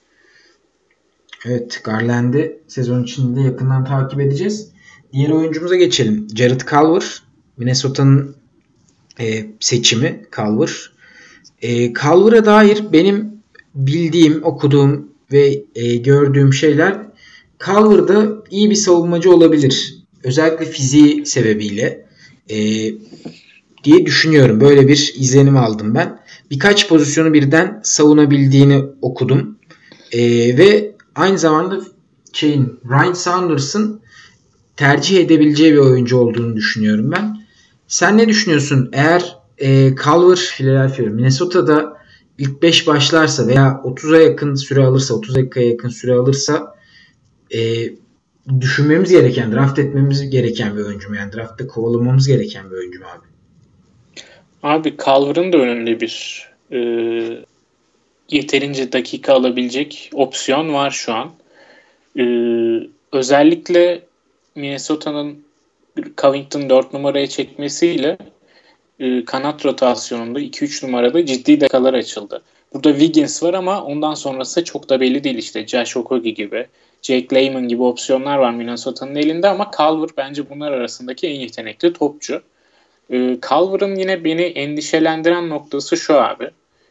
Evet, Garland'i sezon içinde yakından takip edeceğiz. Diğer oyuncumuza geçelim. Jared Culver. Minnesota'nın seçimi Culver. Culver'a dair benim bildiğim, okuduğum ve gördüğüm şeyler Culver'da iyi bir savunmacı olabilir. Özellikle fiziği sebebiyle diye düşünüyorum. Böyle bir izlenim aldım ben. Birkaç pozisyonu birden savunabildiğini okudum. Ve aynı zamanda Ryan Saunders'ın tercih edebileceği bir oyuncu olduğunu düşünüyorum ben. Sen ne düşünüyorsun? Eğer Culver Philadelphia, Minnesota'da ilk 5 başlarsa veya 30'a yakın süre alırsa, 30 dakikaya yakın süre alırsa düşünmemiz gereken, draft etmemiz gereken bir oyuncu mu? Yani draftta kovalamamız gereken bir oyuncu mu abi? Abi Culver'ın da önünde bir yeterince dakika alabilecek opsiyon var şu an. Özellikle Minnesota'nın Covington 4 numaraya çekmesiyle kanat rotasyonunda 2-3 numarada ciddi dekalar açıldı. Burada Wiggins var ama ondan sonrası çok da belli değil işte. Josh Okogie gibi, Jake Layman gibi opsiyonlar var Minnesota'nın elinde ama Culver bence bunlar arasındaki en yetenekli topçu. Culver'ın yine beni endişelendiren noktası şu abi.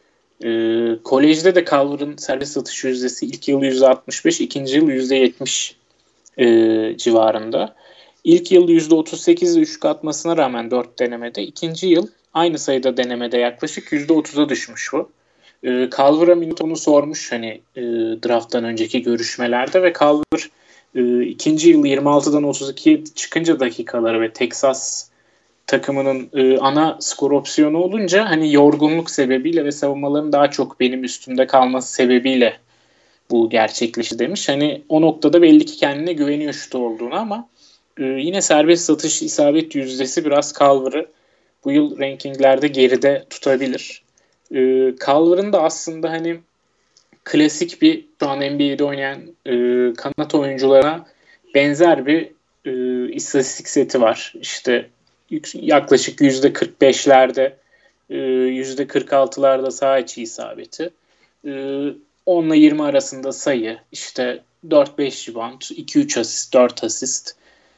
Kolejde de Culver'ın serbest atış yüzdesi ilk yıl %65, ikinci yıl %70 civarında. İlk yıl %38 üçlük atmasına rağmen 4 denemede, ikinci yıl aynı sayıda denemede yaklaşık %30'a düşmüş bu. Culver'a Minnesota'nı sormuş hani draft'tan önceki görüşmelerde ve Culver ikinci yıl 26'dan 32'ye çıkınca dakikaları ve Texas takımının ana skor opsiyonu olunca hani yorgunluk sebebiyle ve savunmaların daha çok benim üstümde kalması sebebiyle bu gerçekleşti demiş. Hani o noktada belli ki kendine güveniyor şut olduğunu ama yine serbest satış isabet yüzdesi biraz Culver'ı bu yıl rankinglerde geride tutabilir. Culver'ın da aslında hani klasik bir şu an NBA'de oynayan kanat oyuncularına benzer bir istatistik seti var. İşte yaklaşık %45'lerde %46'larda saha içi isabeti. 10 ile 20 arasında sayı, işte 4-5 rebound, 2-3 asist, 4 asist,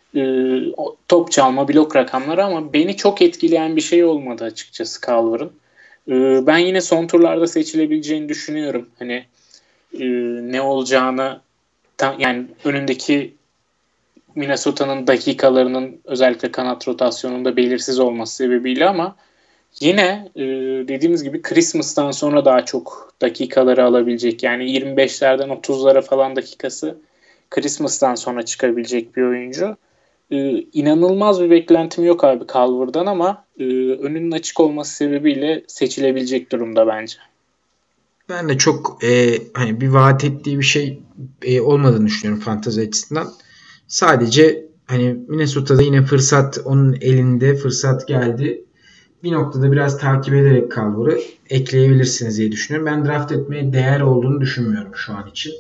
top çalma, blok rakamları ama beni çok etkileyen bir şey olmadı açıkçası Culver'ın. Ben yine son turlarda seçilebileceğini düşünüyorum. Hani ne olacağını yani önündeki Minnesota'nın dakikalarının özellikle kanat rotasyonunda belirsiz olması sebebiyle ama yine dediğimiz gibi Christmas'tan sonra daha çok dakikaları alabilecek. Yani 25'lerden 30'lara falan dakikası Christmas'tan sonra çıkabilecek bir oyuncu. İnanılmaz bir beklentim yok abi Culver'dan ama önünün açık olması sebebiyle seçilebilecek durumda bence. Ben de çok hani bir vaat ettiği bir şey olmadığını düşünüyorum fantezi açısından. Sadece hani Minnesota'da yine fırsat onun elinde, fırsat geldi. Bir noktada biraz takip ederek Culver'ı ekleyebilirsiniz diye düşünüyorum. Ben draft etmeye değer olduğunu düşünmüyorum şu an için.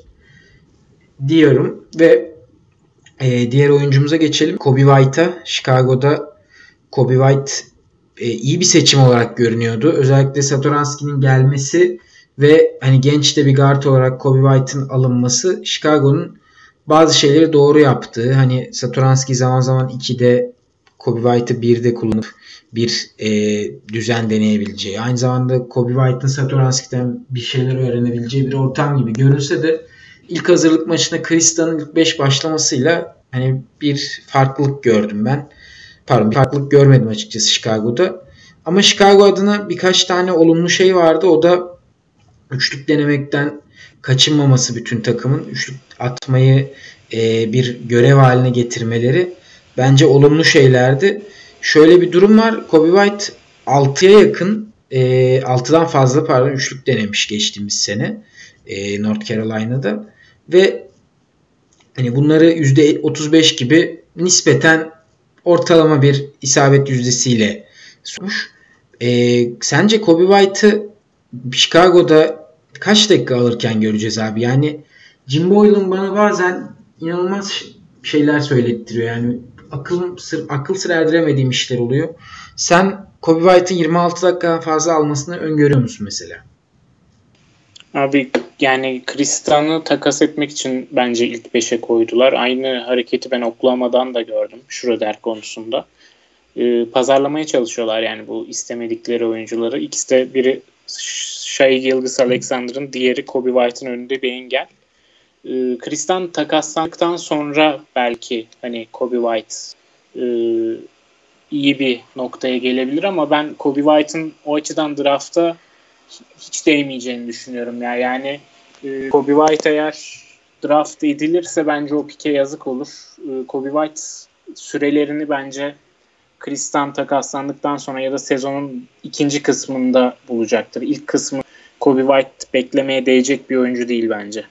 Diyorum ve diğer oyuncumuza geçelim. Kobe White'a. Chicago'da Kobe White iyi bir seçim olarak görünüyordu. Özellikle Satoranski'nin gelmesi ve hani genç de bir guard olarak Kobe White'ın alınması Chicago'nun bazı şeyleri doğru yaptığı. Hani Satoranski zaman zaman 2'de Kobe White'ı 1'de kullanıp bir düzen deneyebileceği. Aynı zamanda Kobe White'ın Satoranski'den bir şeyler öğrenebileceği bir ortam gibi görünse de ilk hazırlık maçında Krista'nın ilk 5 başlamasıyla hani bir farklılık gördüm ben. Pardon, bir farklılık görmedim açıkçası Chicago'da. Ama Chicago adına birkaç tane olumlu şey vardı. O da üçlük denemekten kaçınmaması bütün takımın. Üçlük atmayı bir görev haline getirmeleri bence olumlu şeylerdi. Şöyle bir durum var. Kobe White 6'ya yakın 6'dan fazla pardon üçlük denemiş geçtiğimiz sene North Carolina'da ve hani bunları %35 gibi nispeten ortalama bir isabet yüzdesiyle sunmuş. Sence Kobe White'ı Chicago'da kaç dakika alırken göreceğiz abi? Yani Jim Boylan bana bazen inanılmaz şeyler söylettiriyor. Yani akıl sır erdiremediğim işler oluyor. Sen Kobe White'ın 26 dakikadan fazla almasını öngörüyor musun mesela? Abi yani Kristan'ı takas etmek için bence ilk 5'e koydular. Aynı hareketi ben Oklahoma'dan da gördüm Schroeder konusunda. Pazarlamaya çalışıyorlar yani bu istemedikleri oyuncuları. İkisi de biri Shai Gilgeous-Alexander'ın, diğeri Kobe White'ın önünde bir engel. Kristan takaslandıktan sonra belki hani Kobe White iyi bir noktaya gelebilir ama ben Kobe White'ın o açıdan drafta hiç değmeyeceğini düşünüyorum ya. Yani Kobe White eğer draft edilirse bence o pike yazık olur. Kobe White sürelerini bence Kristan takaslandıktan sonra ya da sezonun ikinci kısmında bulacaktır. İlk kısmı Kobe White beklemeye değecek bir oyuncu değil bence.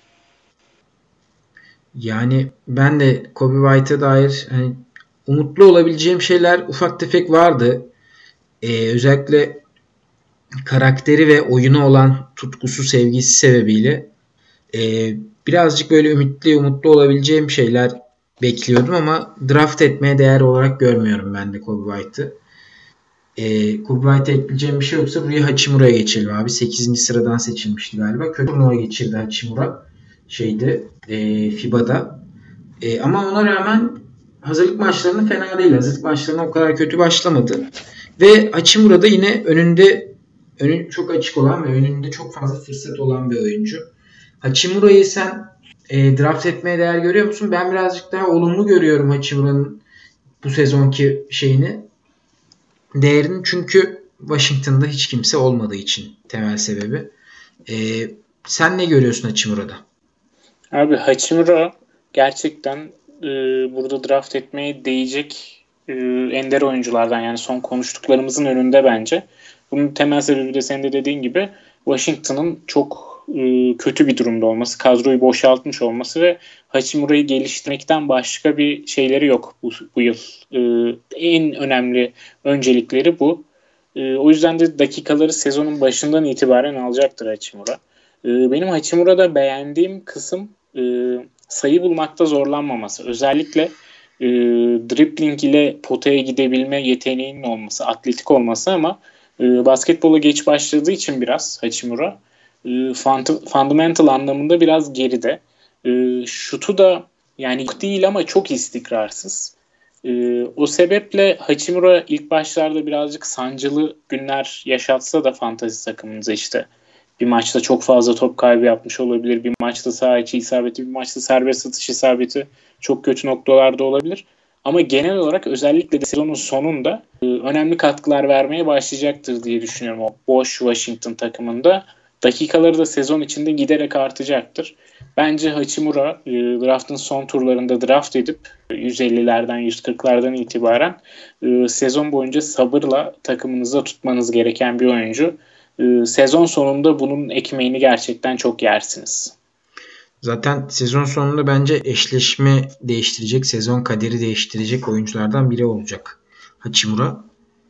Yani ben de Kobe White'a dair hani umutlu olabileceğim şeyler ufak tefek vardı. Özellikle karakteri ve oyuna olan tutkusu, sevgisi sebebiyle birazcık böyle umutlu olabileceğim şeyler bekliyordum ama draft etmeye değer olarak görmüyorum ben de Kobe White'ı. Kobe White'a ekleyeceğim bir şey yoksa buraya Hachimura'ya geçelim abi. 8. sıradan seçilmişti galiba. Kötü turnuva geçirdi Hachimura. FIBA'da. Ama ona rağmen hazırlık maçlarında fena değil. Hazırlık maçlarına o kadar kötü başlamadı. Ve Hachimura da yine önü çok açık olan ve önünde çok fazla fırsat olan bir oyuncu. Hachimura'yı sen draft etmeye değer görüyor musun? Ben birazcık daha olumlu görüyorum Hachimura'nın bu sezonki değerini. Çünkü Washington'da hiç kimse olmadığı için temel sebebi. Sen ne görüyorsun Hachimura'da? Abi Hachimura gerçekten burada draft etmeye değecek ender oyunculardan, yani son konuştuklarımızın önünde bence. Bunun temel sebebi de senin de dediğin gibi Washington'ın çok kötü bir durumda olması, kadroyu boşaltmış olması ve Hachimura'yı geliştirmekten başka bir şeyleri yok bu yıl. En önemli öncelikleri bu. O yüzden de dakikaları sezonun başından itibaren alacaktır Hachimura. Benim Hachimura'da beğendiğim kısım sayı bulmakta zorlanmaması. Özellikle dribbling ile potaya gidebilme yeteneğinin olması, atletik olması, ama basketbola geç başladığı için biraz Hachimura fundamental anlamında biraz geride. Şutu da yani değil ama çok istikrarsız. O sebeple Hachimura ilk başlarda birazcık sancılı günler yaşatsa da fantasy takımımıza, işte bir maçta çok fazla top kaybı yapmış olabilir. Bir maçta saha içi isabeti, bir maçta serbest atış isabeti çok kötü noktalarda olabilir. Ama genel olarak özellikle de sezonun sonunda önemli katkılar vermeye başlayacaktır diye düşünüyorum o boş Washington takımında. Dakikaları da sezon içinde giderek artacaktır. Bence Hachimura draftın son turlarında draft edip 150'lerden 140'lardan itibaren sezon boyunca sabırla takımınızda tutmanız gereken bir oyuncu. Sezon sonunda bunun ekmeğini gerçekten çok yersiniz. Zaten sezon sonunda bence eşleşme değiştirecek, sezon kaderi değiştirecek oyunculardan biri olacak Hachimura.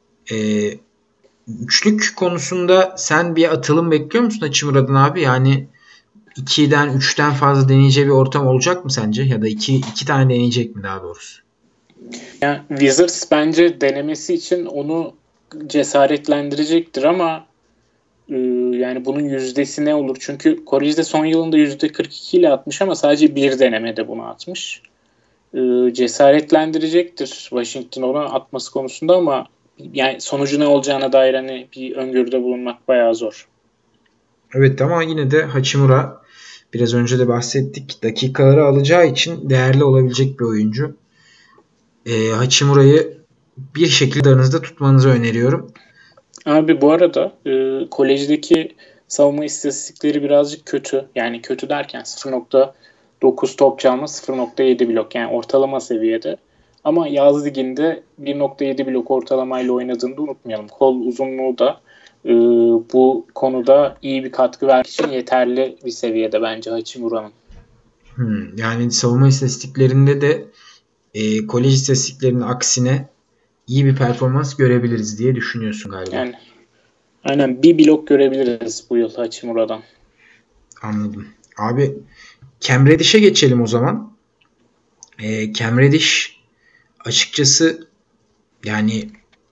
Üçlük konusunda sen bir atılım bekliyor musun Hachimura'dan abi? Yani 2'den 3'ten fazla deneyeceği bir ortam olacak mı sence? Ya da 2 tane deneyecek mi daha doğrusu? Yani Wizards bence denemesi için onu cesaretlendirecektir ama yani bunun yüzdesi ne olur? Çünkü kolejde son yılında %42 ile atmış ama sadece bir denemede bunu atmış. Cesaretlendirecektir Washington ona atması konusunda ama yani sonucu ne olacağına dair hani bir öngörüde bulunmak bayağı zor. Evet ama yine de Hachimura biraz önce de bahsettik. Dakikaları alacağı için değerli olabilecek bir oyuncu. Hachimura'yı bir şekilde aranızda tutmanızı öneriyorum. Abi bu arada kolejdeki savunma istatistikleri birazcık kötü. Yani kötü derken 0.9 top çalma, 0.7 blok, yani ortalama seviyede. Ama yaz liginde 1.7 blok ortalamayla oynadığını da unutmayalım. Kol uzunluğu da bu konuda iyi bir katkı vermek için yeterli bir seviyede bence Hachimura'nın. Yani savunma istatistiklerinde de kolej istatistiklerinin aksine iyi bir performans görebiliriz diye düşünüyorsun galiba. Yani aynen bir blok görebiliriz bu yıl Hachimura'dan. Anladım. Abi Cam Reddish'e geçelim o zaman. Cam Reddish açıkçası yani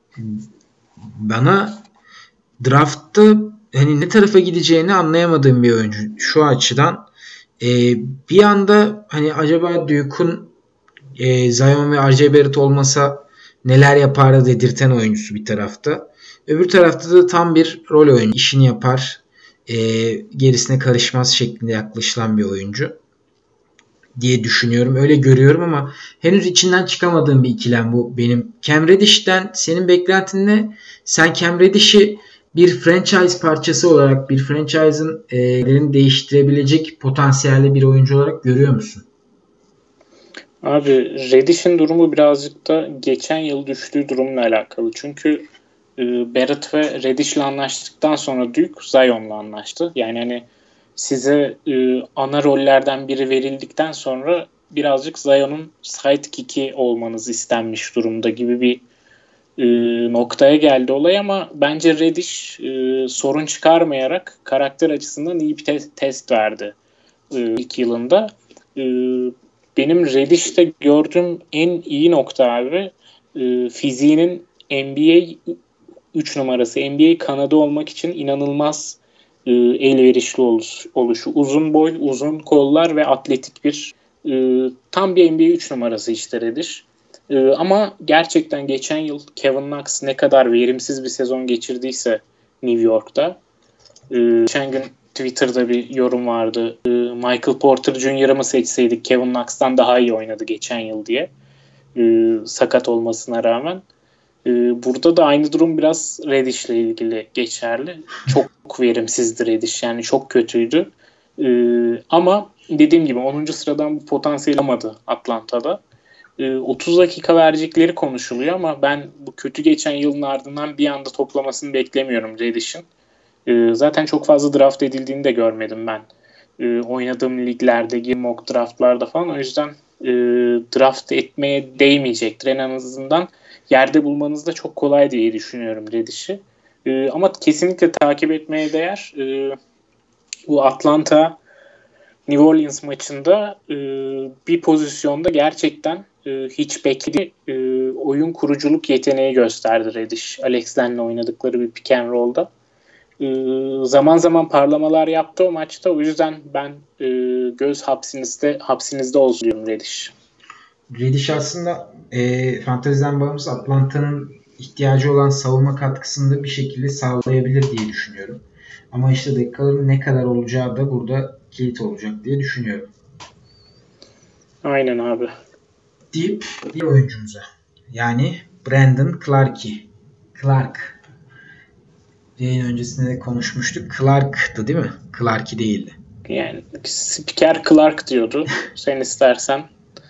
bana draftta hani ne tarafa gideceğini anlayamadığım bir oyuncu şu açıdan. Bir anda hani acaba Duke'un Zion ve RJ Barrett olmasa neler yapardı dedirten oyuncusu bir tarafta. Öbür tarafta da tam bir rol oyuncu. İşini yapar, gerisine karışmaz şeklinde yaklaşılan bir oyuncu diye düşünüyorum. Öyle görüyorum ama henüz içinden çıkamadığım bir ikilem bu benim. Cam Reddish'ten senin beklentin ne? Sen Cam Reddish'i bir franchise parçası olarak, bir franchise'ın değiştirebilecek potansiyelli bir oyuncu olarak görüyor musun? Abi Reddish'in durumu birazcık da geçen yıl düştüğü durumla alakalı. Çünkü Barrett ve Reddish'le anlaştıktan sonra Duke Zion'la anlaştı. Yani hani size ana rollerden biri verildikten sonra birazcık Zion'un sidekick'i olmanız istenmiş durumda gibi bir noktaya geldi olay, ama bence Reddish sorun çıkarmayarak karakter açısından iyi bir test verdi ilk yılında. benim Reddish'te gördüğüm en iyi nokta abi fiziğinin NBA 3 numarası, NBA kanadı olmak için inanılmaz elverişli oluşu. Uzun boy, uzun kollar ve atletik bir tam bir NBA 3 numarası işte Reddish. Ama gerçekten geçen yıl Kevin Knox ne kadar verimsiz bir sezon geçirdiyse New York'ta. Geçen gün Twitter'da bir yorum vardı. Michael Porter Jr.'ı mı seçseydik Kevin Knox'tan daha iyi oynadı geçen yıl diye. Sakat olmasına rağmen. Burada da aynı durum biraz Reddish'le ilgili geçerli. Çok verimsizdi Reddish. Yani çok kötüydü. Ama dediğim gibi 10. sıradan bu potansiyel alamadı Atlanta'da. 30 dakika verecekleri konuşuluyor ama ben bu kötü geçen yılın ardından bir anda toplamasını beklemiyorum Reddish'in. Zaten çok fazla draft edildiğini de görmedim ben. Oynadığım liglerde, mock draftlarda falan. O yüzden draft etmeye değmeyecektir. En azından yerde bulmanız da çok kolay diye düşünüyorum Reddish'i. Ama kesinlikle takip etmeye değer. Bu Atlanta New Orleans maçında bir pozisyonda gerçekten hiç beklediği oyun kuruculuk yeteneği gösterdi Reddish. Alex Len'le oynadıkları bir pick and roll'da. Zaman zaman parlamalar yaptı o maçta. O yüzden ben göz hapsinizde olsun diyorum Reddish. Reddish aslında fanteziden bağımsız Atlanta'nın ihtiyacı olan savunma katkısını da bir şekilde sağlayabilir diye düşünüyorum. Ama işte dakikaların ne kadar olacağı da burada kilit olacak diye düşünüyorum. Aynen abi. Deyip bir oyuncumuza. Yani Brandon Clark. Yayın öncesinde de konuşmuştuk. Clark'tı değil mi? Clark'i değildi. Yani spiker Clark diyordu. Sen istersen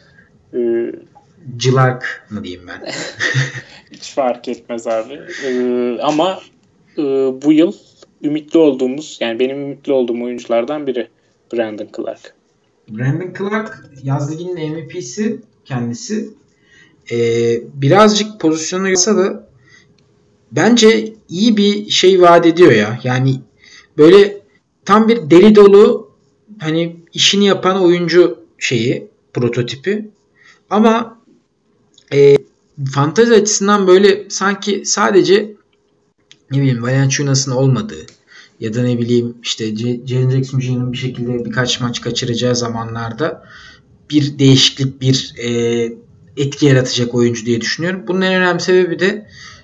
Cılark mı diyeyim ben? hiç fark etmez abi. Ama bu yıl ümitli olduğumuz, yani benim ümitli olduğum oyunculardan biri Brandon Clark. Brandon Clark yaz liginin MVP'si kendisi. Birazcık pozisyonu yasa da bence iyi bir şey vaat ediyor ya. Yani böyle tam bir deli dolu hani işini yapan oyuncu prototipi. Ama fantezi açısından böyle sanki sadece ne bileyim Valanciunas'ın olmadığı ya da ne bileyim işte Jaren Jackson Jr.'ın bir şekilde birkaç maç kaçıracağı zamanlarda bir değişiklik, bir etki yaratacak oyuncu diye düşünüyorum. Bunun en önemli sebebi de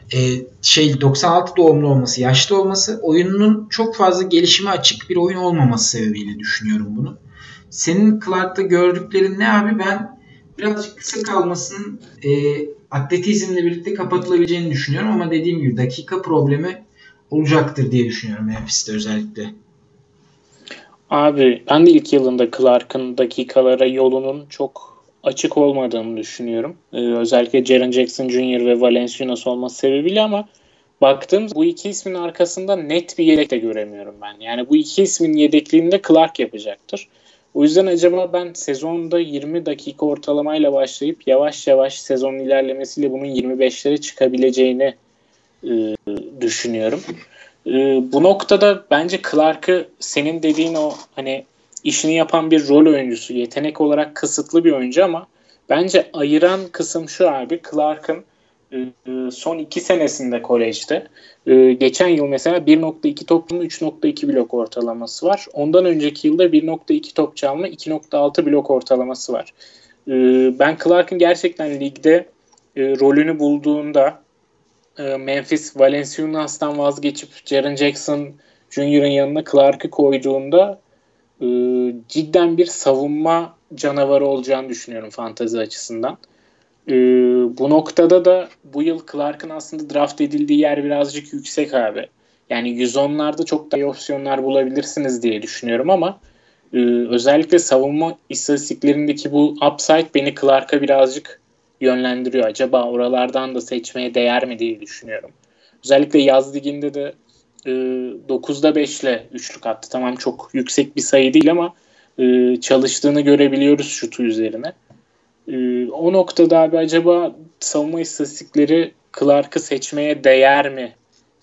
96 doğumlu olması, yaşlı olması, oyununun çok fazla gelişime açık bir oyun olmaması sebebiyle düşünüyorum bunu. Senin Clark'ta gördüklerin ne abi? Ben birazcık kısa kalmasının atletizmle birlikte kapatılabileceğini düşünüyorum ama dediğim gibi dakika problemi olacaktır diye düşünüyorum Memphis'te özellikle. Abi ben de ilk yılında Clark'ın dakikalara yolunun çok açık olmadığını düşünüyorum. Özellikle Jaren Jackson Jr. ve Valanciunas olması sebebiyle ama baktığım bu iki ismin arkasında net bir yedek de göremiyorum ben. Yani bu iki ismin yedekliğinde Clark yapacaktır. O yüzden acaba ben sezonda 20 dakika ortalamayla başlayıp yavaş yavaş sezonun ilerlemesiyle bunun 25'lere çıkabileceğini düşünüyorum. Bu noktada bence Clark'ı senin dediğin o hani işini yapan bir rol oyuncusu, yetenek olarak kısıtlı bir oyuncu ama bence ayıran kısım şu abi, Clark'ın son 2 senesinde kolejde geçen yıl mesela 1.2 toplama 3.2 blok ortalaması var. Ondan önceki yılda 1.2 top çalma 2.6 blok ortalaması var. Ben Clark'ın gerçekten ligde rolünü bulduğunda Memphis Valanciunas'tan vazgeçip Jaren Jackson Jr.'ın yanına Clark'ı koyduğunda cidden bir savunma canavarı olacağını düşünüyorum fantezi açısından. Bu noktada da bu yıl Clark'ın aslında draft edildiği yer birazcık yüksek abi. Yani 110'larda çok daha iyi opsiyonlar bulabilirsiniz diye düşünüyorum ama özellikle savunma istatistiklerindeki bu upside beni Clark'a birazcık yönlendiriyor. Acaba oralardan da seçmeye değer mi diye düşünüyorum. Özellikle yaz liginde de 9'da 5 ile üçlük attı. Tamam çok yüksek bir sayı değil ama çalıştığını görebiliyoruz şutu üzerine. O noktada abi acaba savunma istatistikleri Clark'ı seçmeye değer mi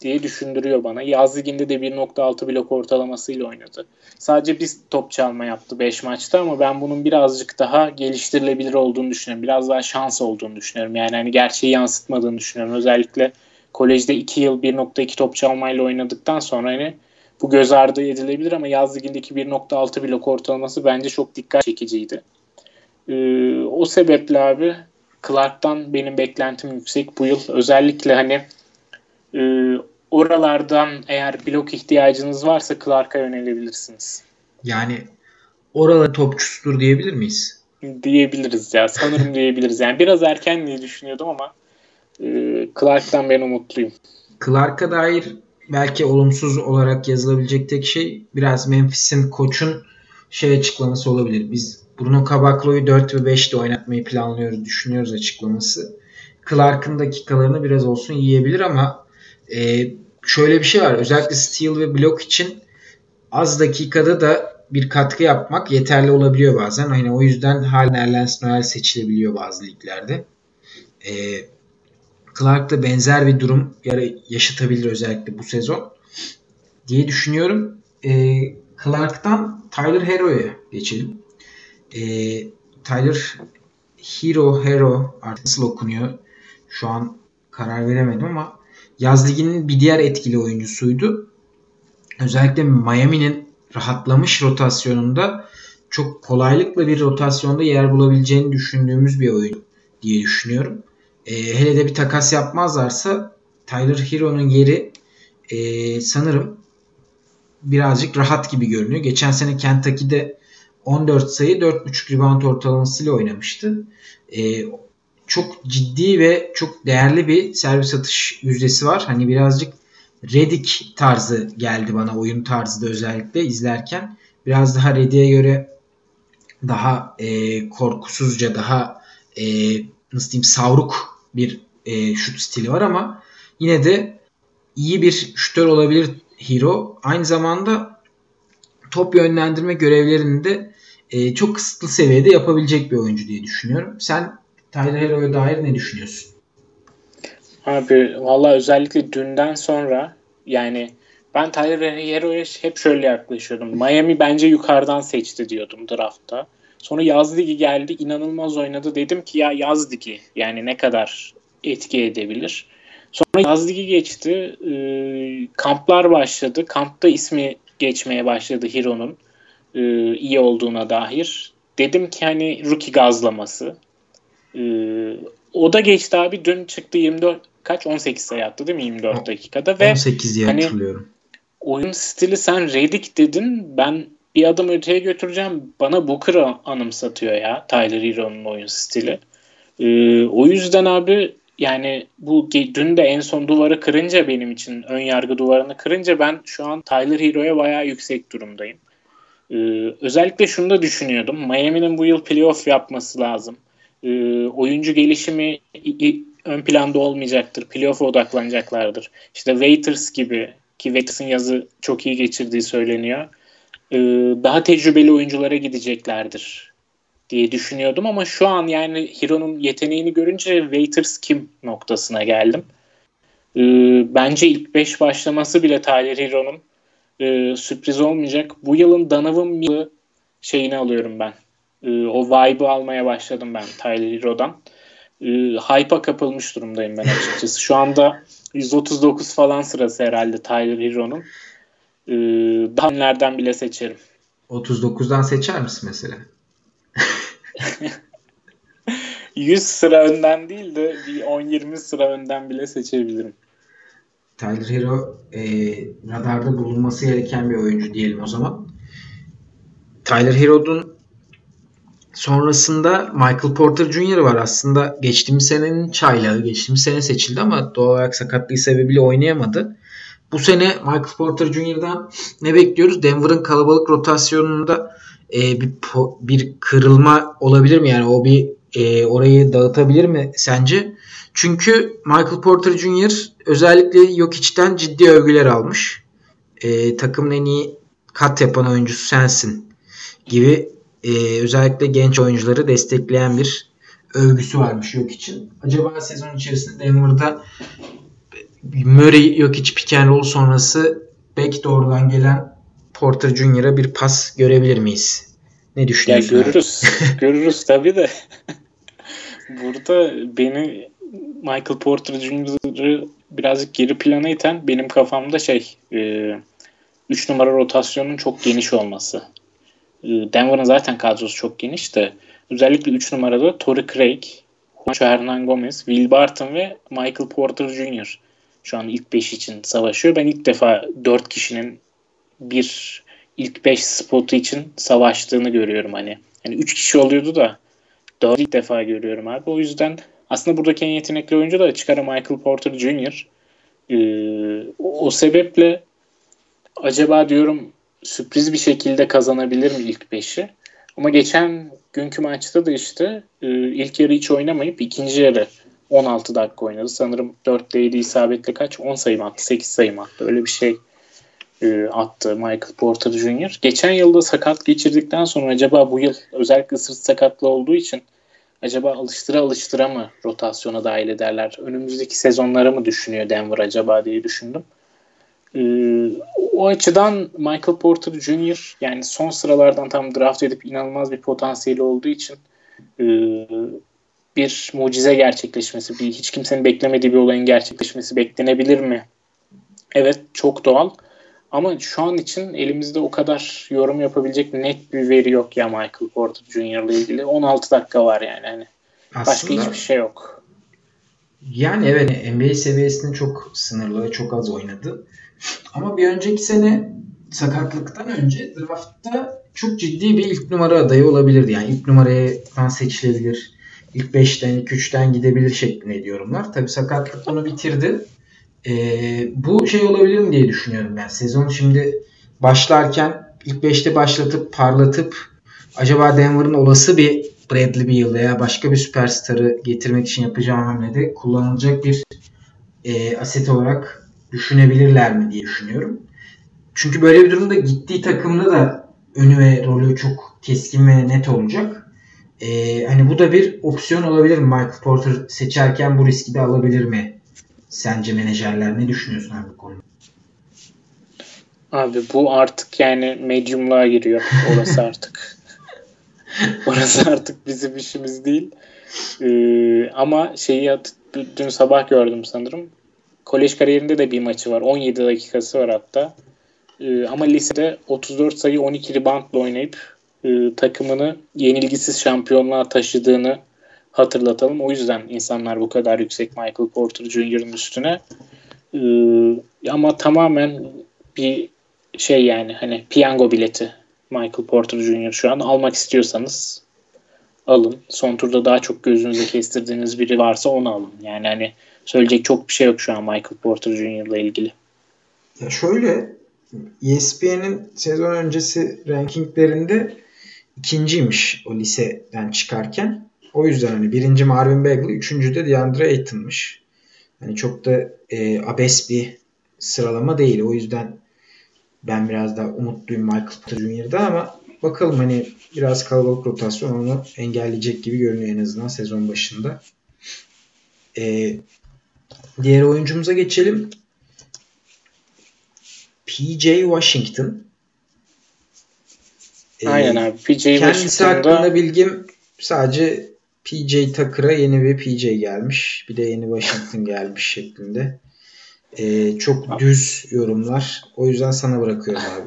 diye düşündürüyor bana. Yaz liginde de 1.6 blok ortalamasıyla oynadı. Sadece bir top çalma yaptı 5 maçta ama ben bunun birazcık daha geliştirilebilir olduğunu düşünüyorum. Biraz daha şans olduğunu düşünüyorum. Yani hani gerçeği yansıtmadığını düşünüyorum. Özellikle kolejde 2 yıl 1.2 top çalmayla oynadıktan sonra hani bu göz ardı edilebilir ama yaz ligindeki 1.6 blok ortalaması bence çok dikkat çekiciydi. O sebeple abi Clark'tan benim beklentim yüksek bu yıl. Özellikle hani oralardan eğer blok ihtiyacınız varsa Clark'a yönelebilirsiniz. Yani oralı topçusudur diyebilir miyiz? Diyebiliriz ya. Sanırım diyebiliriz. Yani biraz erken diye düşünüyordum ama Clark'tan ben umutluyum. Clark'a dair belki olumsuz olarak yazılabilecek tek şey biraz Memphis'in koçun açıklaması olabilir. Biz Bruno Caboclo'yu 4 ve 5'te oynatmayı planlıyoruz, düşünüyoruz açıklaması. Clark'ın dakikalarını biraz olsun yiyebilir ama şöyle bir şey var. Özellikle steal ve blok için az dakikada da bir katkı yapmak yeterli olabiliyor bazen. Hani o yüzden halen Nerlens Noel seçilebiliyor bazı liglerde. Clark da benzer bir durum yaşatabilir özellikle bu sezon diye düşünüyorum. Clark'tan Tyler Herro'ya geçelim. Tyler Hero artık nasıl okunuyor? Şu an karar veremedim ama yaz liginin bir diğer etkili oyuncusuydu. Özellikle Miami'nin rahatlamış rotasyonunda çok kolaylıkla bir rotasyonda yer bulabileceğini düşündüğümüz bir oyun diye düşünüyorum. Hele de bir takas yapmazlarsa Tyler Hero'nun yeri sanırım birazcık rahat gibi görünüyor. Geçen sene Kentucky'de 14 sayı 4.5 rebound ortalamasıyla oynamıştı. Çok ciddi ve çok değerli bir servis atış yüzdesi var. Hani birazcık Redick tarzı geldi bana oyun tarzı da özellikle izlerken. Biraz daha Redick'e göre daha korkusuzca daha nasıl diyeyim savruk bir şut stili var ama yine de iyi bir şutör olabilir Hero. Aynı zamanda top yönlendirme görevlerini de çok kısıtlı seviyede yapabilecek bir oyuncu diye düşünüyorum. Sen Tyler Hero'ya dair ne düşünüyorsun? Abi valla özellikle dünden sonra yani ben Tyler Hero'ya hep şöyle yaklaşıyordum. Miami bence yukarıdan seçti diyordum draftta. Sonra yaz ligi geldi, inanılmaz oynadı. Dedim ki ya yaz ligi yani ne kadar etki edebilir. Sonra yaz ligi geçti. Kamplar başladı. Kampta ismi geçmeye başladı Hero'nun iyi olduğuna dair. Dedim ki hani rookie gazlaması. O da geçti abi. Dün çıktı 24 kaç 18 sayı attı değil mi 24 dakikada ve 18 diye hani hatırlıyorum. oyun stili sen Redick dedin. Ben bir adım öteye götüreceğim. Bana Booker'ı anımsatıyor ya Tyler Hero'nun oyun stili. O yüzden abi yani bu dün de en son duvarı kırınca benim için ön yargı duvarını kırınca ben şu an Tyler Hero'ya bayağı yüksek durumdayım. Özellikle şunu da düşünüyordum. Miami'nin bu yıl playoff yapması lazım. Oyuncu gelişimi ön planda olmayacaktır. Playoff'a odaklanacaklardır. İşte Waiters gibi ki Waiters'ın yazı çok iyi geçirdiği söyleniyor. Daha tecrübeli oyunculara gideceklerdir diye düşünüyordum ama şu an yani Hero'nun yeteneğini görünce Waiters kim noktasına geldim. Bence ilk 5 başlaması bile Tyler Hero'nun sürpriz olmayacak. Bu yılın Donovan Mitchell şeyini alıyorum ben. O vibe'ı almaya başladım ben Tyler Hero'dan. Hype'a kapılmış durumdayım ben açıkçası. Şu anda 139 falan sırası herhalde Tyler Hero'nun. Daha önlerden bile seçerim. 39'dan seçer misin mesela? 100 sıra önden değil de bir 10-20 sıra önden bile seçebilirim. Tyler Hero radarda bulunması gereken bir oyuncu diyelim o zaman. Tyler Hero'nun sonrasında Michael Porter Jr. var. Aslında geçtiğimiz senenin çaylağı. Geçtiğimiz sene seçildi ama doğal olarak sakatlığı sebebiyle oynayamadı. Bu sene Michael Porter Jr.'dan ne bekliyoruz? Denver'ın kalabalık rotasyonunda bir kırılma olabilir mi? Yani o orayı dağıtabilir mi sence? Çünkü Michael Porter Jr. özellikle Jokic'ten ciddi övgüler almış. Takımın en iyi kat yapan oyuncusu sensin gibi özellikle genç oyuncuları destekleyen bir övgüsü varmış yok için. Acaba sezon içerisinde Denver'da Murray Jokic pick and roll sonrası backdoor'dan gelen Porter Jr.'a bir pas görebilir miyiz? Ne Ya düşünüyorsun abi? görürüz. Görürüz tabii de. Burada beni Michael Porter Jr.'ı birazcık geri plana iten benim kafamda 3 numara rotasyonun çok geniş olması. Denver'ın zaten kadrosu çok geniş de özellikle 3 numarada Torrey Craig, Juancho Hernangomez, Will Barton ve Michael Porter Jr. şu an ilk 5 için savaşıyor. Ben ilk defa 4 kişinin bir ilk 5 spotu için savaştığını görüyorum hani. Yani 3 kişi oluyordu da 4 ilk defa görüyorum abi. O yüzden aslında buradaki en yetenekli oyuncu da açık ara Michael Porter Jr. O sebeple acaba diyorum sürpriz bir şekilde kazanabilir mi ilk 5'i? Ama geçen günkü maçta da işte ilk yarı hiç oynamayıp ikinci yarı 16 dakika oynadı. Sanırım 4'te 7 isabetle kaç? 10 sayı mı attı? 8 sayı mı attı? Öyle bir şey attı Michael Porter Jr. Geçen yılda sakat geçirdikten sonra acaba bu yıl özellikle sırt sakatlığı olduğu için acaba alıştıra mı rotasyona dahil ederler? Önümüzdeki sezonlara mı düşünüyor Denver acaba diye düşündüm. O açıdan Michael Porter Jr. yani son sıralardan tam draft edip inanılmaz bir potansiyeli olduğu için bir mucize gerçekleşmesi, hiç kimsenin beklemediği bir olayın gerçekleşmesi beklenebilir mi? Evet, çok doğal. Ama şu an için elimizde o kadar yorum yapabilecek net bir veri yok ya Michael Porter Jr. ile ilgili. 16 dakika var yani. Hani başka hiçbir şey yok. Yani evet NBA seviyesinde çok sınırlı ve çok az oynadı. Ama bir önceki sene sakatlıktan önce draftta çok ciddi bir ilk numara adayı olabilirdi. Yani ilk numaradan seçilebilir. İlk 5'ten, ilk 3'ten gidebilir şeklinde yorumlar. Tabii sakatlık bunu bitirdi. Bu şey olabilir mi diye düşünüyorum ben. Sezon şimdi başlarken ilk 5'te başlatıp parlatıp acaba Denver'ın olası bir Bradley Beal veya başka bir süperstarı getirmek için yapacağı hamlede kullanılacak bir aset olarak düşünebilirler mi diye düşünüyorum. Çünkü böyle bir durumda gittiği takımda da önü ve rolü çok keskin ve net olacak. Hani bu da bir opsiyon olabilir mi? Michael Porter seçerken bu riski de alabilir mi? Sence menajerler ne düşünüyorsun abi bu konuda? Abi bu artık yani medyumluğa giriyor. Orası artık. Orası artık bizim işimiz değil. Ama dün sabah gördüm sanırım. Kolej kariyerinde de bir maçı var. 17 dakikası var hatta. Ama lisede 34 sayı 12 reboundla oynayıp takımını yenilgisiz şampiyonluğa taşıdığını hatırlatalım. O yüzden insanlar bu kadar yüksek Michael Porter Jr.'ın üstüne. Ama tamamen bir şey yani hani piyango bileti Michael Porter Jr. şu an almak istiyorsanız alın. Son turda daha çok gözünüze kestirdiğiniz biri varsa onu alın. Yani hani söyleyecek çok bir şey yok şu an Michael Porter Jr. ile ilgili. Ya şöyle ESPN'in sezon öncesi rankinglerinde ikinciymiş o liseden çıkarken. O yüzden hani birinci Marvin Bagley, üçüncü de DeAndre Ayton'mış. Hani çok da abes bir sıralama değil. O yüzden ben biraz daha umutluyum Michael Porter Jr.'da ama bakalım hani biraz kalabalık rotasyon onu engelleyecek gibi görünüyor en azından sezon başında. Diğer oyuncumuza geçelim. P.J. Washington. Aynen abi. P.J. Kendisi Washington'da hakkında bilgim sadece P.J. Tucker'a yeni bir P.J. gelmiş. Bir de yeni Washington gelmiş şeklinde. Çok düz yorumlar. O yüzden sana bırakıyorum abi.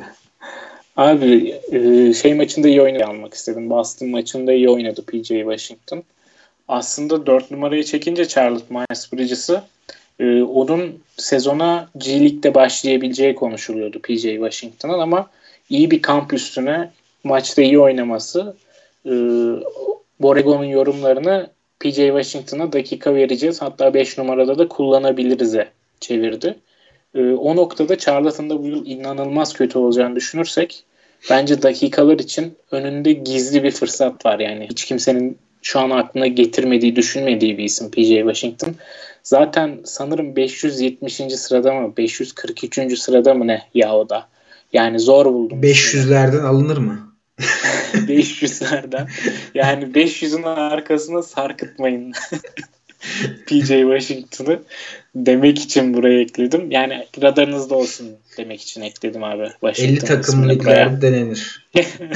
Abi maçında iyi oynadı almak istedim. Boston maçında iyi oynadı P.J. Washington. Aslında 4 numarayı çekince Charlotte Miles Bridges'ı onun sezona G League'de başlayabileceği konuşuluyordu P.J. Washington'ın ama iyi bir kamp üstüne maçta iyi oynaması Borrego'nun yorumlarını P.J. Washington'a dakika vereceğiz. Hatta 5 numarada da kullanabiliriz'e çevirdi. O noktada Charlotte'ın da bu yıl inanılmaz kötü olacağını düşünürsek bence dakikalar için önünde gizli bir fırsat var. Yani hiç kimsenin şu an aklına getirmediği, düşünmediği bir isim P.J. Washington. Zaten sanırım 570. sırada mı, 543. sırada mı ne ya o da. Yani zor buldum. 500'lerden alınır mı? 500'lerden. Yani 500'ün arkasına sarkıtmayın P.J. Washington'ı. demek için buraya ekledim. Yani radarınızda olsun demek için ekledim abi. 50 takımlı liglerde denenir.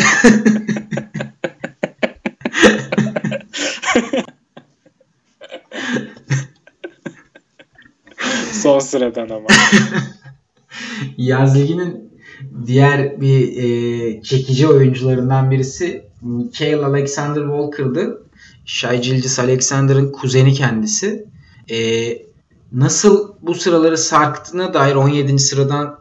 Son sıradan ama. Yaz Ligi'nin diğer bir çekici oyuncularından birisi Nickeil Alexander-Walker'dı. Shai Gilgeous-Alexander'ın kuzeni kendisi. Nasıl bu sıraları sarktığına dair 17. sıradan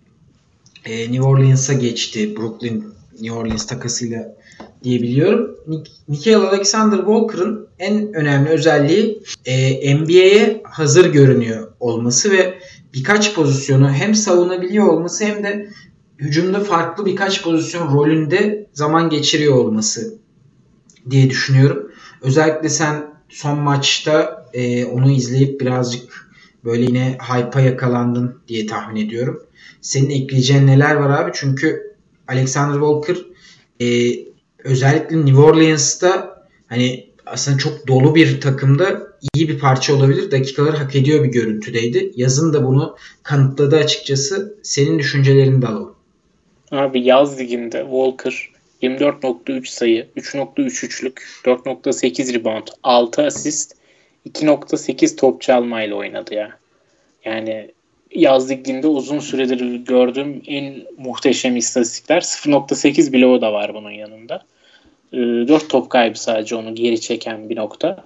New Orleans'a geçti. Brooklyn New Orleans takasıyla diyebiliyorum. Nickeil Alexander-Walker'ın en önemli özelliği NBA'ye hazır görünüyor olması ve birkaç pozisyonu hem savunabiliyor olması hem de hücumda farklı birkaç pozisyon rolünde zaman geçiriyor olması diye düşünüyorum. Özellikle sen son maçta onu izleyip birazcık böyle yine hype'a yakalandın diye tahmin ediyorum. Senin ekleyeceğin neler var abi? Çünkü Alexander Walker özellikle New Orleans'ta hani aslında çok dolu bir takımda iyi bir parça olabilir. Dakikaları hak ediyor bir görüntüdeydi. Yazın da bunu kanıtladı açıkçası. Senin düşüncelerini de alalım. Abi yaz liginde Walker 24.3 sayı, 3.3 üçlük, 4.8 rebound, 6 asist, 2.8 top çalmayla oynadı ya. Yani yaz liginde uzun süredir gördüğüm en muhteşem istatistikler. 0.8 bloğu da var bunun yanında. 4 top kaybı sadece onu geri çeken bir nokta.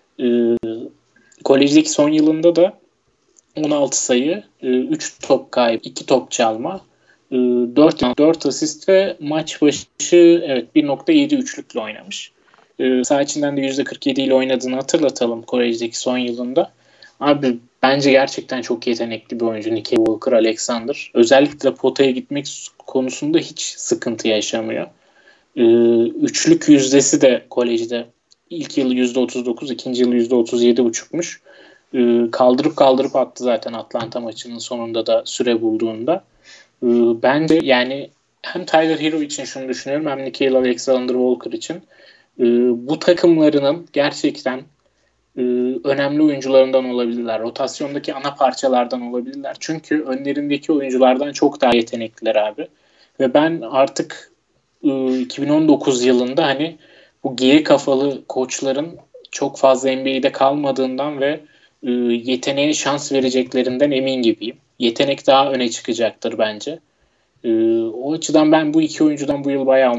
Kolejdeki son yılında da 16 sayı, 3 top kaybı, 2 top çalma, 4 asist ve maç başı evet 1.7 üçlükle oynamış. Saha içinden de %47 ile oynadığını hatırlatalım kolejdeki son yılında. Abi bence gerçekten çok yetenekli bir oyuncu Nickeil Walker-Alexander. Özellikle potaya gitmek konusunda hiç sıkıntı yaşamıyor. Üçlük yüzdesi de kolejde ilk yıl %39, ikinci yıl %37,5'muş. Kaldırıp attı zaten Atlanta maçının sonunda da süre bulduğunda. Bence yani hem Tyler Hero için şunu düşünüyorum hem Nickeil Alexander-Walker için bu takımlarının gerçekten önemli oyuncularından olabilirler. Rotasyondaki ana parçalardan olabilirler. Çünkü önlerindeki oyunculardan çok daha yetenekliler abi. Ve ben artık 2019 yılında hani bu geri kafalı koçların çok fazla NBA'de kalmadığından ve yeteneğe şans vereceklerinden emin gibiyim. Yetenek daha öne çıkacaktır bence. O açıdan ben bu iki oyuncudan bu yıl bayağı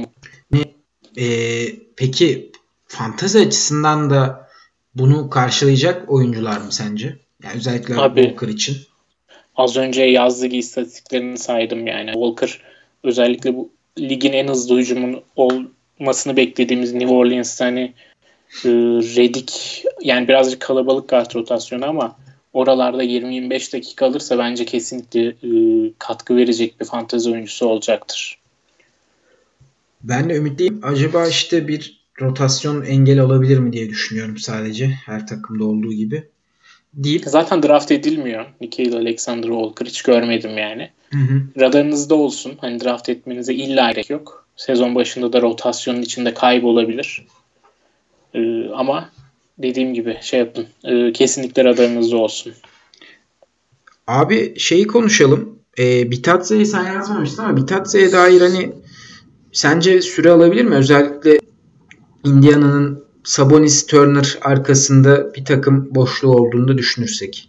Peki fantezi açısından da bunu karşılayacak oyuncular mı sence? Yani özellikle abi, Walker için. Az önce yazdığı istatistiklerini saydım yani. Walker özellikle bu ligin en hızlı hücumun olmasını beklediğimiz New Orleans hani Redick yani birazcık kalabalık kart rotasyonu ama oralarda 20-25 dakika alırsa bence kesinlikle katkı verecek bir fantezi oyuncusu olacaktır. Ben de ümitliyim. Acaba işte bir rotasyon engel olabilir mi diye düşünüyorum sadece. Her takımda olduğu gibi. Zaten draft edilmiyor. Nickeil Alexander-Walker hiç görmedim yani. Hı. Radarınızda olsun. Hani draft etmenize illa gerek yok. Sezon başında da rotasyonun içinde kaybolabilir. Ama dediğim gibi şey yapın. Kesinlikle radarınızda olsun. Abi şeyi konuşalım. Bitadze'yi sen yazmamıştın ama Bitadze'ye dair hani sence süre alabilir mi? Özellikle Indiana'nın Sabonis Turner arkasında bir takım boşluğu olduğunu düşünürsek.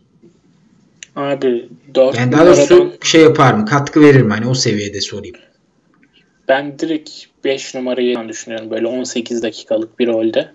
Abi 4 yani daha doğrusu şey yapar mı? Katkı verir mi? Hani o seviyede sorayım. Ben direkt 5 numarayı düşünüyorum. Böyle 18 dakikalık bir rolde.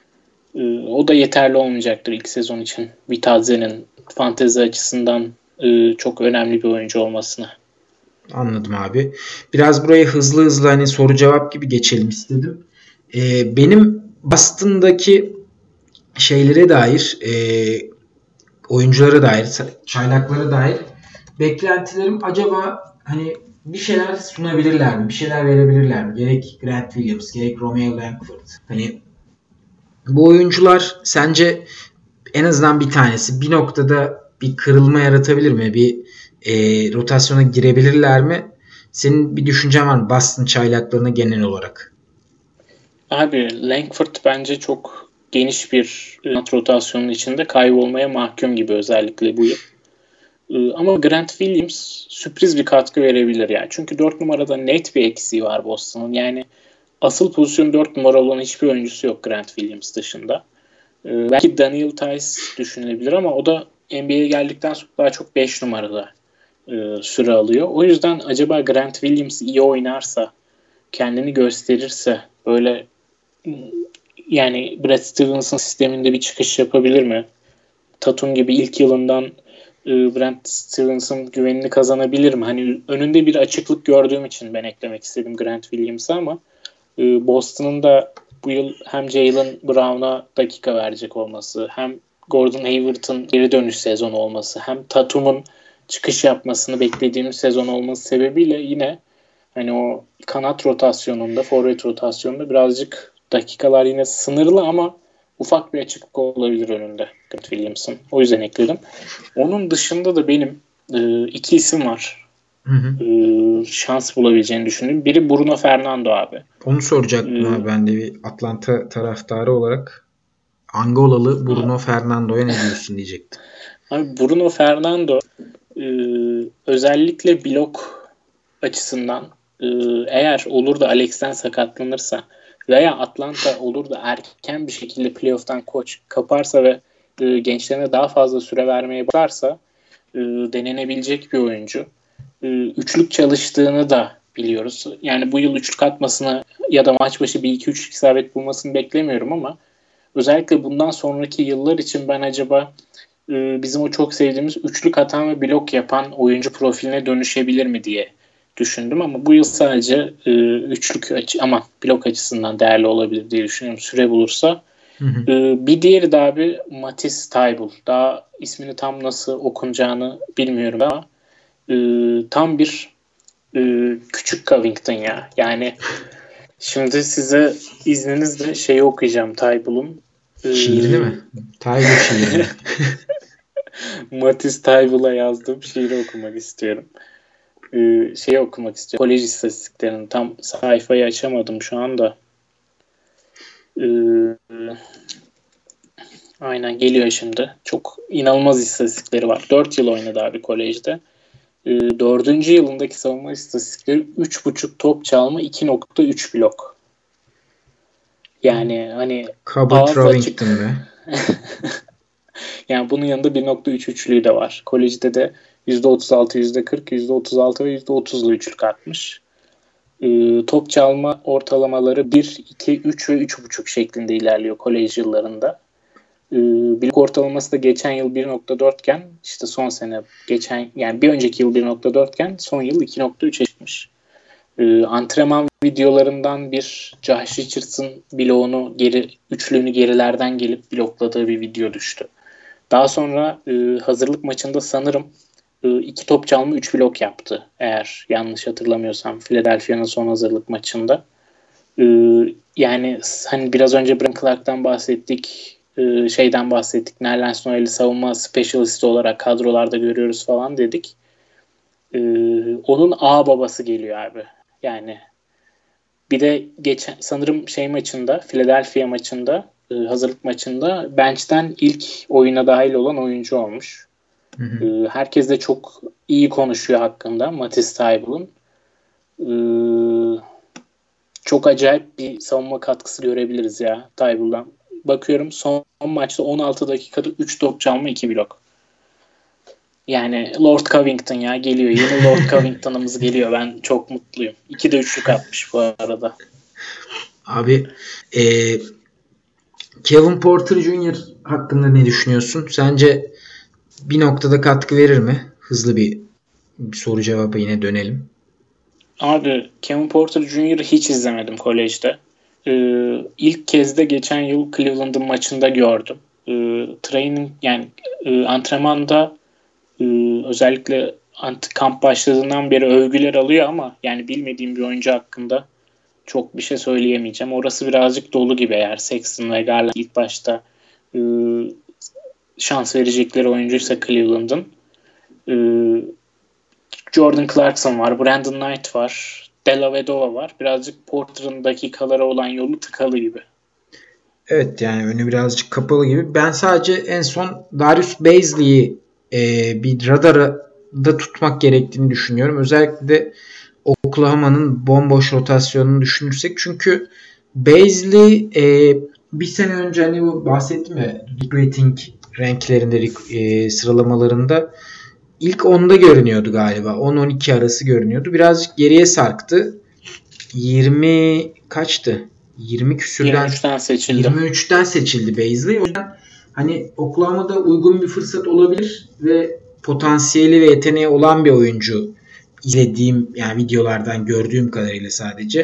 O da yeterli olmayacaktır ilk sezon için. Bitadze'nin fantezi açısından çok önemli bir oyuncu olmasına. Anladım abi. Biraz buraya hızlı hani soru cevap gibi geçelim istedim. Benim Boston'daki şeylere dair oyunculara dair, çaylaklara dair beklentilerim acaba hani bir şeyler sunabilirler mi? Bir şeyler verebilirler mi? Gerek Grant Williams, gerek Romeo Langford. Hani bu oyuncular sence en azından bir tanesi bir noktada bir kırılma yaratabilir mi? Bir rotasyona girebilirler mi? Senin bir düşüncen var mı Boston çaylaklarına genel olarak? Abi Langford bence çok geniş bir rotasyonun içinde kaybolmaya mahkum gibi özellikle bu yıl. Ama Grant Williams sürpriz bir katkı verebilir yani. Çünkü 4 numarada net bir eksiği var Boston'ın. Yani asıl pozisyon 4 numara olan hiçbir oyuncusu yok Grant Williams dışında. Belki Daniel Tice düşünülebilir ama o da NBA'ye geldikten sonra daha çok 5 numarada süre alıyor. O yüzden acaba Grant Williams iyi oynarsa, kendini gösterirse böyle yani Brad Stevens'ın sisteminde bir çıkış yapabilir mi? Tatum gibi ilk yılından Brad Stevens'ın güvenini kazanabilir mi? Hani önünde bir açıklık gördüğüm için ben eklemek istedim Grant Williams'a ama Boston'ın da bu yıl hem Jaylen Brown'a dakika verecek olması, hem Gordon Hayward'ın geri dönüş sezonu olması, hem Tatum'un çıkış yapmasını beklediğimiz sezon olması sebebiyle yine hani o kanat rotasyonunda, forvet rotasyonunda birazcık dakikalar yine sınırlı ama ufak bir açıklık olabilir önünde Grant Williams'ın. O yüzden ekledim. Onun dışında da benim iki isim var. Hı hı. Şans bulabileceğini düşündüm. Biri Bruno Fernando abi. Onu soracaktım abi, ben de bir Atlanta taraftarı olarak. Angolalı Bruno Fernando'ya ne diyorsun diyecektim. Abi Bruno Fernando özellikle blok açısından eğer olur da Alex'ten sakatlanırsa veya Atlanta olur da erken bir şekilde playoff'tan koç kaparsa ve gençlerine daha fazla süre vermeye başlarsa denenebilecek bir oyuncu. Üçlük çalıştığını da biliyoruz. Yani bu yıl üçlük atmasını ya da maç başı bir iki üçlük isabet bulmasını beklemiyorum ama özellikle bundan sonraki yıllar için ben acaba bizim o çok sevdiğimiz üçlük atan ve blok yapan oyuncu profiline dönüşebilir mi diye düşündüm ama bu yıl sadece üçlük ama blok açısından değerli olabilir diye düşünüyorum süre bulursa. Hı hı. Bir diğeri de abi Matisse Thybulle. Daha ismini tam nasıl okunacağını bilmiyorum ama tam bir küçük Covington ya. Yani şimdi size izninizle şeyi okuyacağım Thybulle'un. Şiirini mi? Taybu şiirini. Matisse Thybulle'a yazdığım şiiri okumak istiyorum. Şeyi okumak istiyorum. Kolej istatistiklerinin tam sayfayı açamadım şu anda. Aynen geliyor şimdi. Çok inanılmaz istatistikleri var. 4 yıl oynadı abi kolejde. 4. yılındaki savunma istatistikleri 3.5 top çalma, 2.3 blok. Yani hani Kabut ağız açık. Rovington be. Yani bunun yanında 1.3 üçlüğü de var. Kolejde de %36, %40, %36 ve %30'lu üçlük atmış. Top çalma ortalamaları 1, 2, 3 ve 3.5 şeklinde ilerliyor kolej yıllarında. Blok ortalaması da geçen yıl 1.4 iken işte son sene yani bir önceki yıl 1.4 iken son yıl 2.3'e çıkmış. Antrenman videolarından bir Josh Richardson bloğunu üçlüğünü gerilerden gelip blokladığı bir video düştü. Daha sonra hazırlık maçında sanırım 2 top çalma 3 blok yaptı. Eğer yanlış hatırlamıyorsam Philadelphia'nın son hazırlık maçında. Yani hani biraz önce Brandon Clark'tan bahsettik. Şeyden bahsettik. Nerlens Noel'i savunma specialist olarak kadrolarda görüyoruz falan dedik. Onun babası geliyor abi. Yani bir de sanırım Philadelphia maçında hazırlık maçında bench'ten ilk oyuna dahil olan oyuncu olmuş. Hı hı. Herkes de çok iyi konuşuyor hakkında Matisse Thybulle'un. Çok acayip bir savunma katkısı görebiliriz ya Thybulle'dan. Bakıyorum son maçta 16 dakikada 3 top çalma 2 blok. Yani Lord Covington ya geliyor. Yeni Lord Covington'ımız geliyor. Ben çok mutluyum. 2 de üçlük atmış bu arada. Abi Kevin Porter Jr. hakkında ne düşünüyorsun? Sence bir noktada katkı verir mi? Hızlı bir soru cevaba yine dönelim. Abi Kevin Porter Jr. hiç izlemedim kolejde. İlk kez de geçen yıl Cleveland'ın maçında gördüm. Antrenmanda özellikle kamp başladığından beri övgüler alıyor ama yani bilmediğim bir oyuncu hakkında çok bir şey söyleyemeyeceğim. Orası birazcık dolu gibi eğer Sexton ve Garland ilk başta şans verecekleri oyuncuysa Cleveland'ın. Jordan Clarkson var, Brandon Knight var, Della Vedova var. Birazcık Porter'ın dakikalara olan yolu tıkalı gibi. Evet yani önü birazcık kapalı gibi. Ben sadece en son Darius Bazley'i bir radarda tutmak gerektiğini düşünüyorum. Özellikle de Oklahoma'nın bomboş rotasyonunu düşünürsek. Çünkü Bazley bir sene önce hani bu bahsettim ya rating renklerinde sıralamalarında ilk 10'da görünüyordu galiba. 10-12 arası görünüyordu. Birazcık geriye sarktı. 20 kaçtı? 20 küsürden 23'ten seçildi Bazley. O yüzden hani Oklahoma'da uygun bir fırsat olabilir ve potansiyeli ve yeteneği olan bir oyuncu izlediğim yani videolardan gördüğüm kadarıyla sadece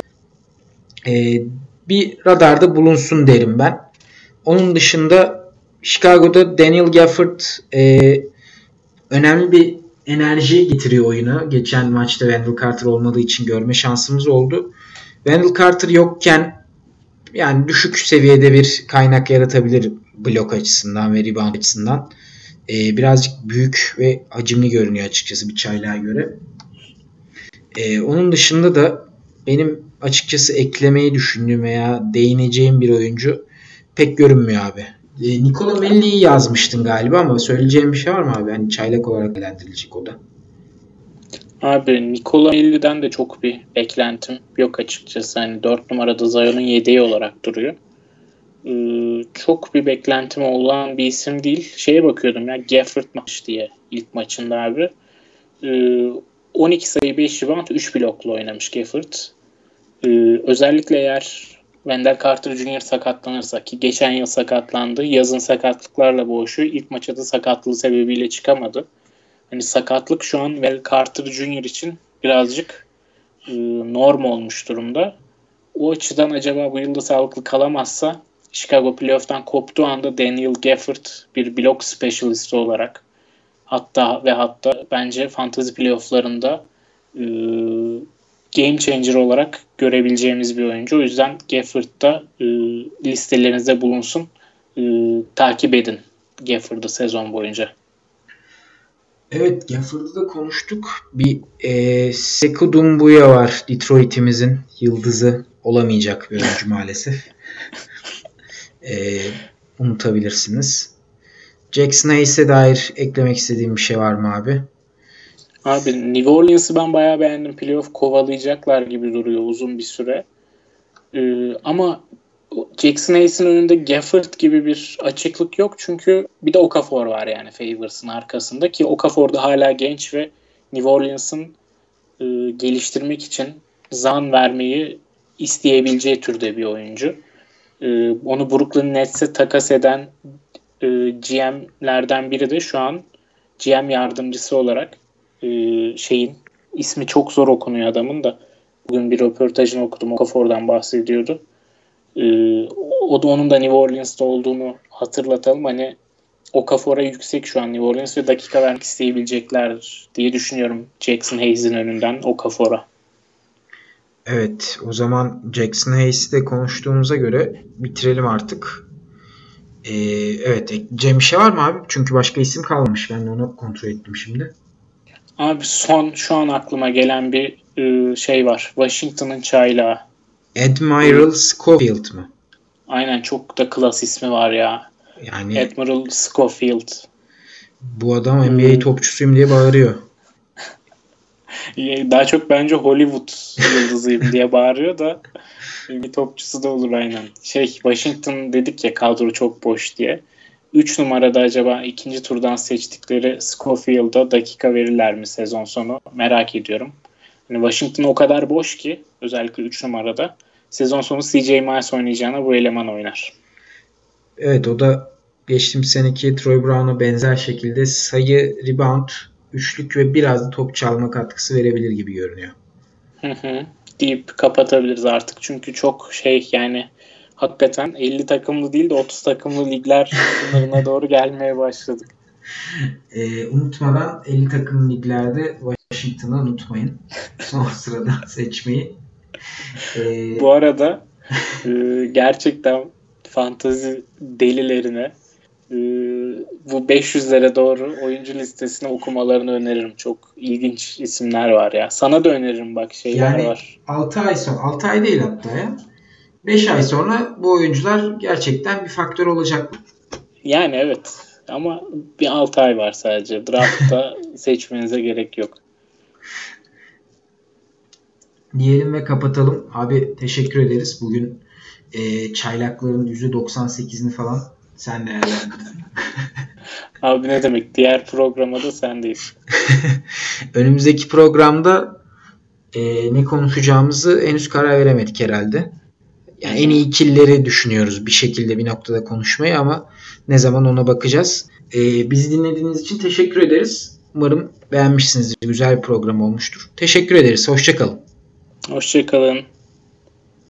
bir radarda bulunsun derim ben. Onun dışında Chicago'da Daniel Gafford önemli bir enerji getiriyor oyuna. Geçen maçta Wendell Carter olmadığı için görme şansımız oldu. Wendell Carter yokken yani düşük seviyede bir kaynak yaratabilir blok açısından ve rebound açısından. Birazcık büyük ve hacimli görünüyor açıkçası bir çaylağa göre. Onun dışında da benim açıkçası eklemeyi düşündüğüm veya değineceğim bir oyuncu pek görünmüyor abi. Nikola Melli'yi yazmıştın galiba ama söyleyeceğim bir şey var mı abi? Yani çaylak olarak değerlendirilecek o da. Abi Nikola Melli'den de çok bir beklentim yok açıkçası. Hani 4 numarada Zion'un yedeği olarak duruyor. Çok bir beklentim olan bir isim değil. Şeye bakıyordum ya Gafford maç diye ilk maçında abi. 12 sayı 5 rebound 3 blokla oynamış Gafford. Özellikle eğer Wendell Carter Jr. sakatlanırsa ki geçen yıl sakatlandı. Yazın sakatlıklarla boğuşuyor. İlk maça da sakatlığı sebebiyle çıkamadı. Hani sakatlık şu an Wendell Carter Jr. için birazcık norm olmuş durumda. O açıdan acaba bu yılda sağlıklı kalamazsa Chicago playoff'tan koptuğu anda Daniel Gafford bir blok specialisti olarak hatta bence fantasy playoff'larında game changer olarak görebileceğimiz bir oyuncu. O yüzden Gafford da listelerinizde bulunsun. Takip edin Gafford'ı sezon boyunca. Evet Gafford'u da konuştuk. Bir Sekou Doumbouya var. Detroit'imizin yıldızı olamayacak bir oyuncu maalesef. Unutabilirsiniz. Jackson Hayes'e dair eklemek istediğim bir şey var mı abi? Abi New Orleans'ı ben bayağı beğendim. Playoff kovalayacaklar gibi duruyor uzun bir süre. Ama Jackson Hayes'in önünde Gafford gibi bir açıklık yok. Çünkü bir de Okafor var yani Favors'ın arkasında ki Okafor da hala genç ve New Orleans'ın geliştirmek için zaman vermeyi isteyebileceği türde bir oyuncu. Onu Brooklyn Nets'e takas eden GM'lerden biri de şu an GM yardımcısı olarak ismi çok zor okunuyor adamın da. Bugün bir röportajını okudum. Okafor'dan bahsediyordu. O da onun da New Orleans'ta olduğunu hatırlatalım. Hani Okafor'a yüksek şu an New Orleans ve dakika vermek isteyebilecekler diye düşünüyorum Jackson Hayes'in önünden Okafor'a. Evet o zaman Jackson Hayes'i de konuştuğumuza göre bitirelim artık. Evet ekleyeceğim bir şey var mı abi? Çünkü başka isim kalmamış. Ben de onu kontrol ettim şimdi. Abi şu an aklıma gelen bir şey var. Washington'ın çaylağı. Admiral Schofield mı? Aynen çok da klas ismi var ya. Yani Admiral Schofield. bu adam NBA topçusuyum diye bağırıyor. Daha çok bence Hollywood yıldızıyım diye bağırıyor da bir topçusu da olur aynen. Washington dedik ya kadro çok boş diye. 3 numarada acaba ikinci turdan seçtikleri Schofield'a dakika verirler mi sezon sonu? Merak ediyorum. Yani Washington o kadar boş ki özellikle 3 numarada sezon sonu CJ Miles oynayacağına bu eleman oynar. Evet o da geçtiğimiz seneki Troy Brown'a benzer şekilde sayı, rebound, üçlük ve biraz da top çalma katkısı verebilir gibi görünüyor. Deyip kapatabiliriz artık. Çünkü çok yani hakikaten 50 takımlı değil de 30 takımlı ligler sınırına doğru gelmeye başladık. Unutmadan 50 takım liglerde Washington'ı unutmayın. Son sırada seçmeyi. Bu arada gerçekten fantazi delilerine bu 500'lere doğru oyuncu listesini okumalarını öneririm. Çok ilginç isimler var ya. Sana da öneririm bak şeyler yani var. 6 ay değil hatta ya. 5 ay sonra bu oyuncular gerçekten bir faktör olacak mı? Yani evet. Ama bir 6 ay var sadece. Draft'ta seçmenize gerek yok. Diyelim ve kapatalım. Abi teşekkür ederiz. Bugün çaylakların %98'ini falan sen değerlendirdin. Abi ne demek? Diğer programa da sendeyiz. Önümüzdeki programda ne konuşacağımızı henüz karar veremedik herhalde. Yani en iyi ikilileri düşünüyoruz bir şekilde bir noktada konuşmayı ama ne zaman ona bakacağız. Bizi dinlediğiniz için teşekkür ederiz. Umarım beğenmişsinizdir. Güzel bir program olmuştur. Teşekkür ederiz. Hoşça kalın. Hoşçakalın.